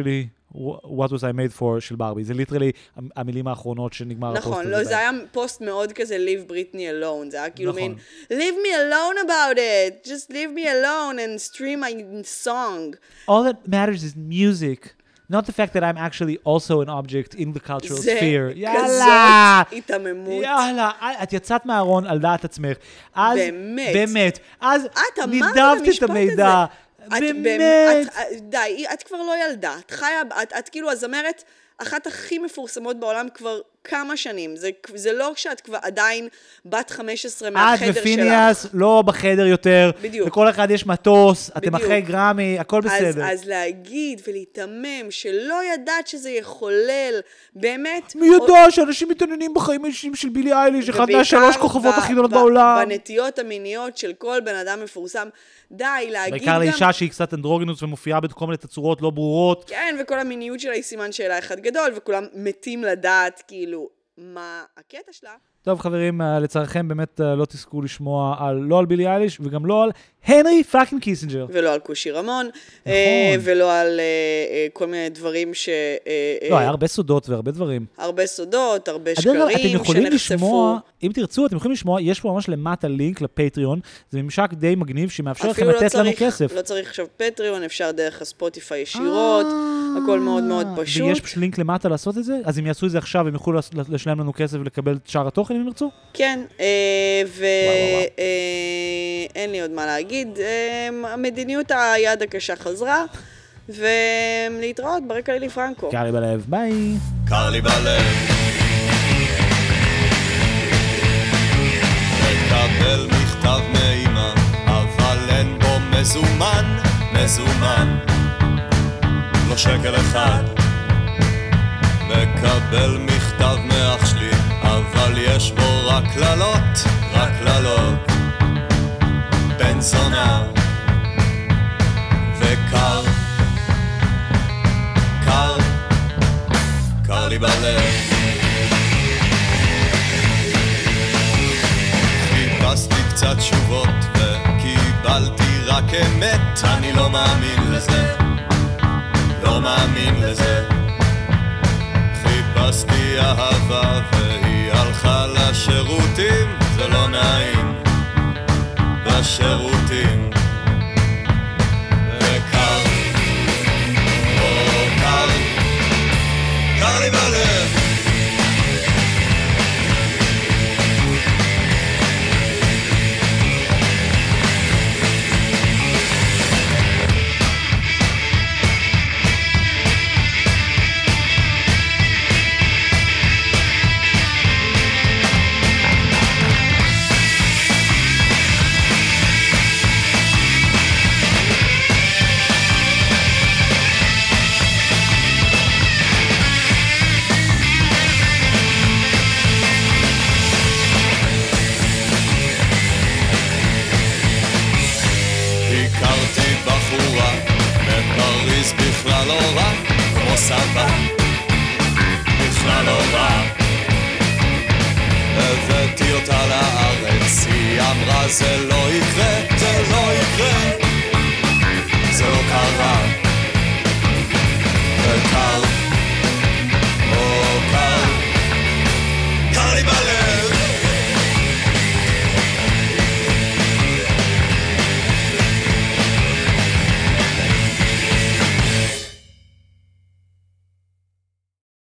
B: What was I made for של ברבי. זה ליטרלי המילים האחרונות שנגמר הפוסט הזה.
A: נכון, לא, זה היה פוסט מאוד כזה leave Britney alone, זה היה כאילו מין leave me alone about it, just leave me alone and stream my song.
B: All that matters is music. Not the fact that I'm actually also an object in the cultural sphere.
A: זה כזאת התאממות.
B: יאללה, את יצאת מהארון על דעת עצמך. אז,
A: באמת.
B: באמת. אז
A: את אמרת
B: נידבת את המידע. באמת.
A: די, את כבר לא ילדה. את חיה, את, את כאילו הזמרת אחת הכי מפורסמות בעולם כבר כמה שנים. זה, זה לא שאת כבר עדיין בת חמש עשרה מהחדר שלך.
B: את ופיניאס לא בחדר יותר.
A: בדיוק.
B: לכל אחד יש מטוס, אתם אחרי גרמי, הכל בסדר.
A: אז, אז להגיד ולהתאמם שלא ידעת שזה יחולל, באמת...
B: מי ידע שאנשים מתעניינים בחיים האישיים של בילי אייליש, אחד מהשלוש כוכבות הכי גדולות בעולם.
A: בנטיות המיניות של כל בן אדם מפורסם. די, להגיד גם...
B: בעיקר לאישה שהיא קצת אנדרוגינוס ומופיעה בכל מיני תצורות לא ברורות.
A: כן, וכל המיניות שלה היא סימן שאלה אחד גדול, וכולם מתים לדעת, כאילו, מה הקטע שלה.
B: טוב, חברים, לצערכם באמת לא תזכו לשמוע על, לא על בילי אייליש, וגם לא על הנרי פאקינג קיסינג'ר.
A: ולא על קושי רמון, ולא על כל מיני דברים ש...
B: לא, היה הרבה סודות והרבה דברים.
A: הרבה סודות, הרבה שקרים
B: שנחשפו. אם תרצו, אתם יכולים לשמוע, יש פה ממש למטה לינק לפטריון, זה ממשק די מגניב שמאפשר לכם לתת לנו כסף.
A: לא צריך עכשיו פטריון, אפשר דרך הספוטיפיי ישירות, הכל מאוד מאוד פשוט.
B: ויש לינק למטה לעשות את זה? אז אם יעשו את זה עכשיו, הם יוכלו לשלם לנו כסף ולקבל את שאר התוכן אם ירצו?
A: כן, ואין לי עוד מה להגיד. המדיניות היד הקשה חזרה, ולהתראות ברקע לילי פרנקו.
B: קר לי בלב, ביי.
C: קר לי בלב. מקבל מכתב מאמא, אבל אין בו מזומן, מזומן. לא שקל אחד. מקבל מכתב מאח שלי, אבל יש בו רק קללות, רק קללות. בן זונה וקר, קר, קר לי בלב. חיפשתי קצת תשובות וקיבלתי רק אמת. אני לא מאמין לזה, לא מאמין לזה. חיפשתי אהבה והיא הלכה לשירותים, זה לא נעים בשירותים. וקר, או קר, קר לי בלב. הכרתי בחורה בפריז בכלל לא רע כמו סבא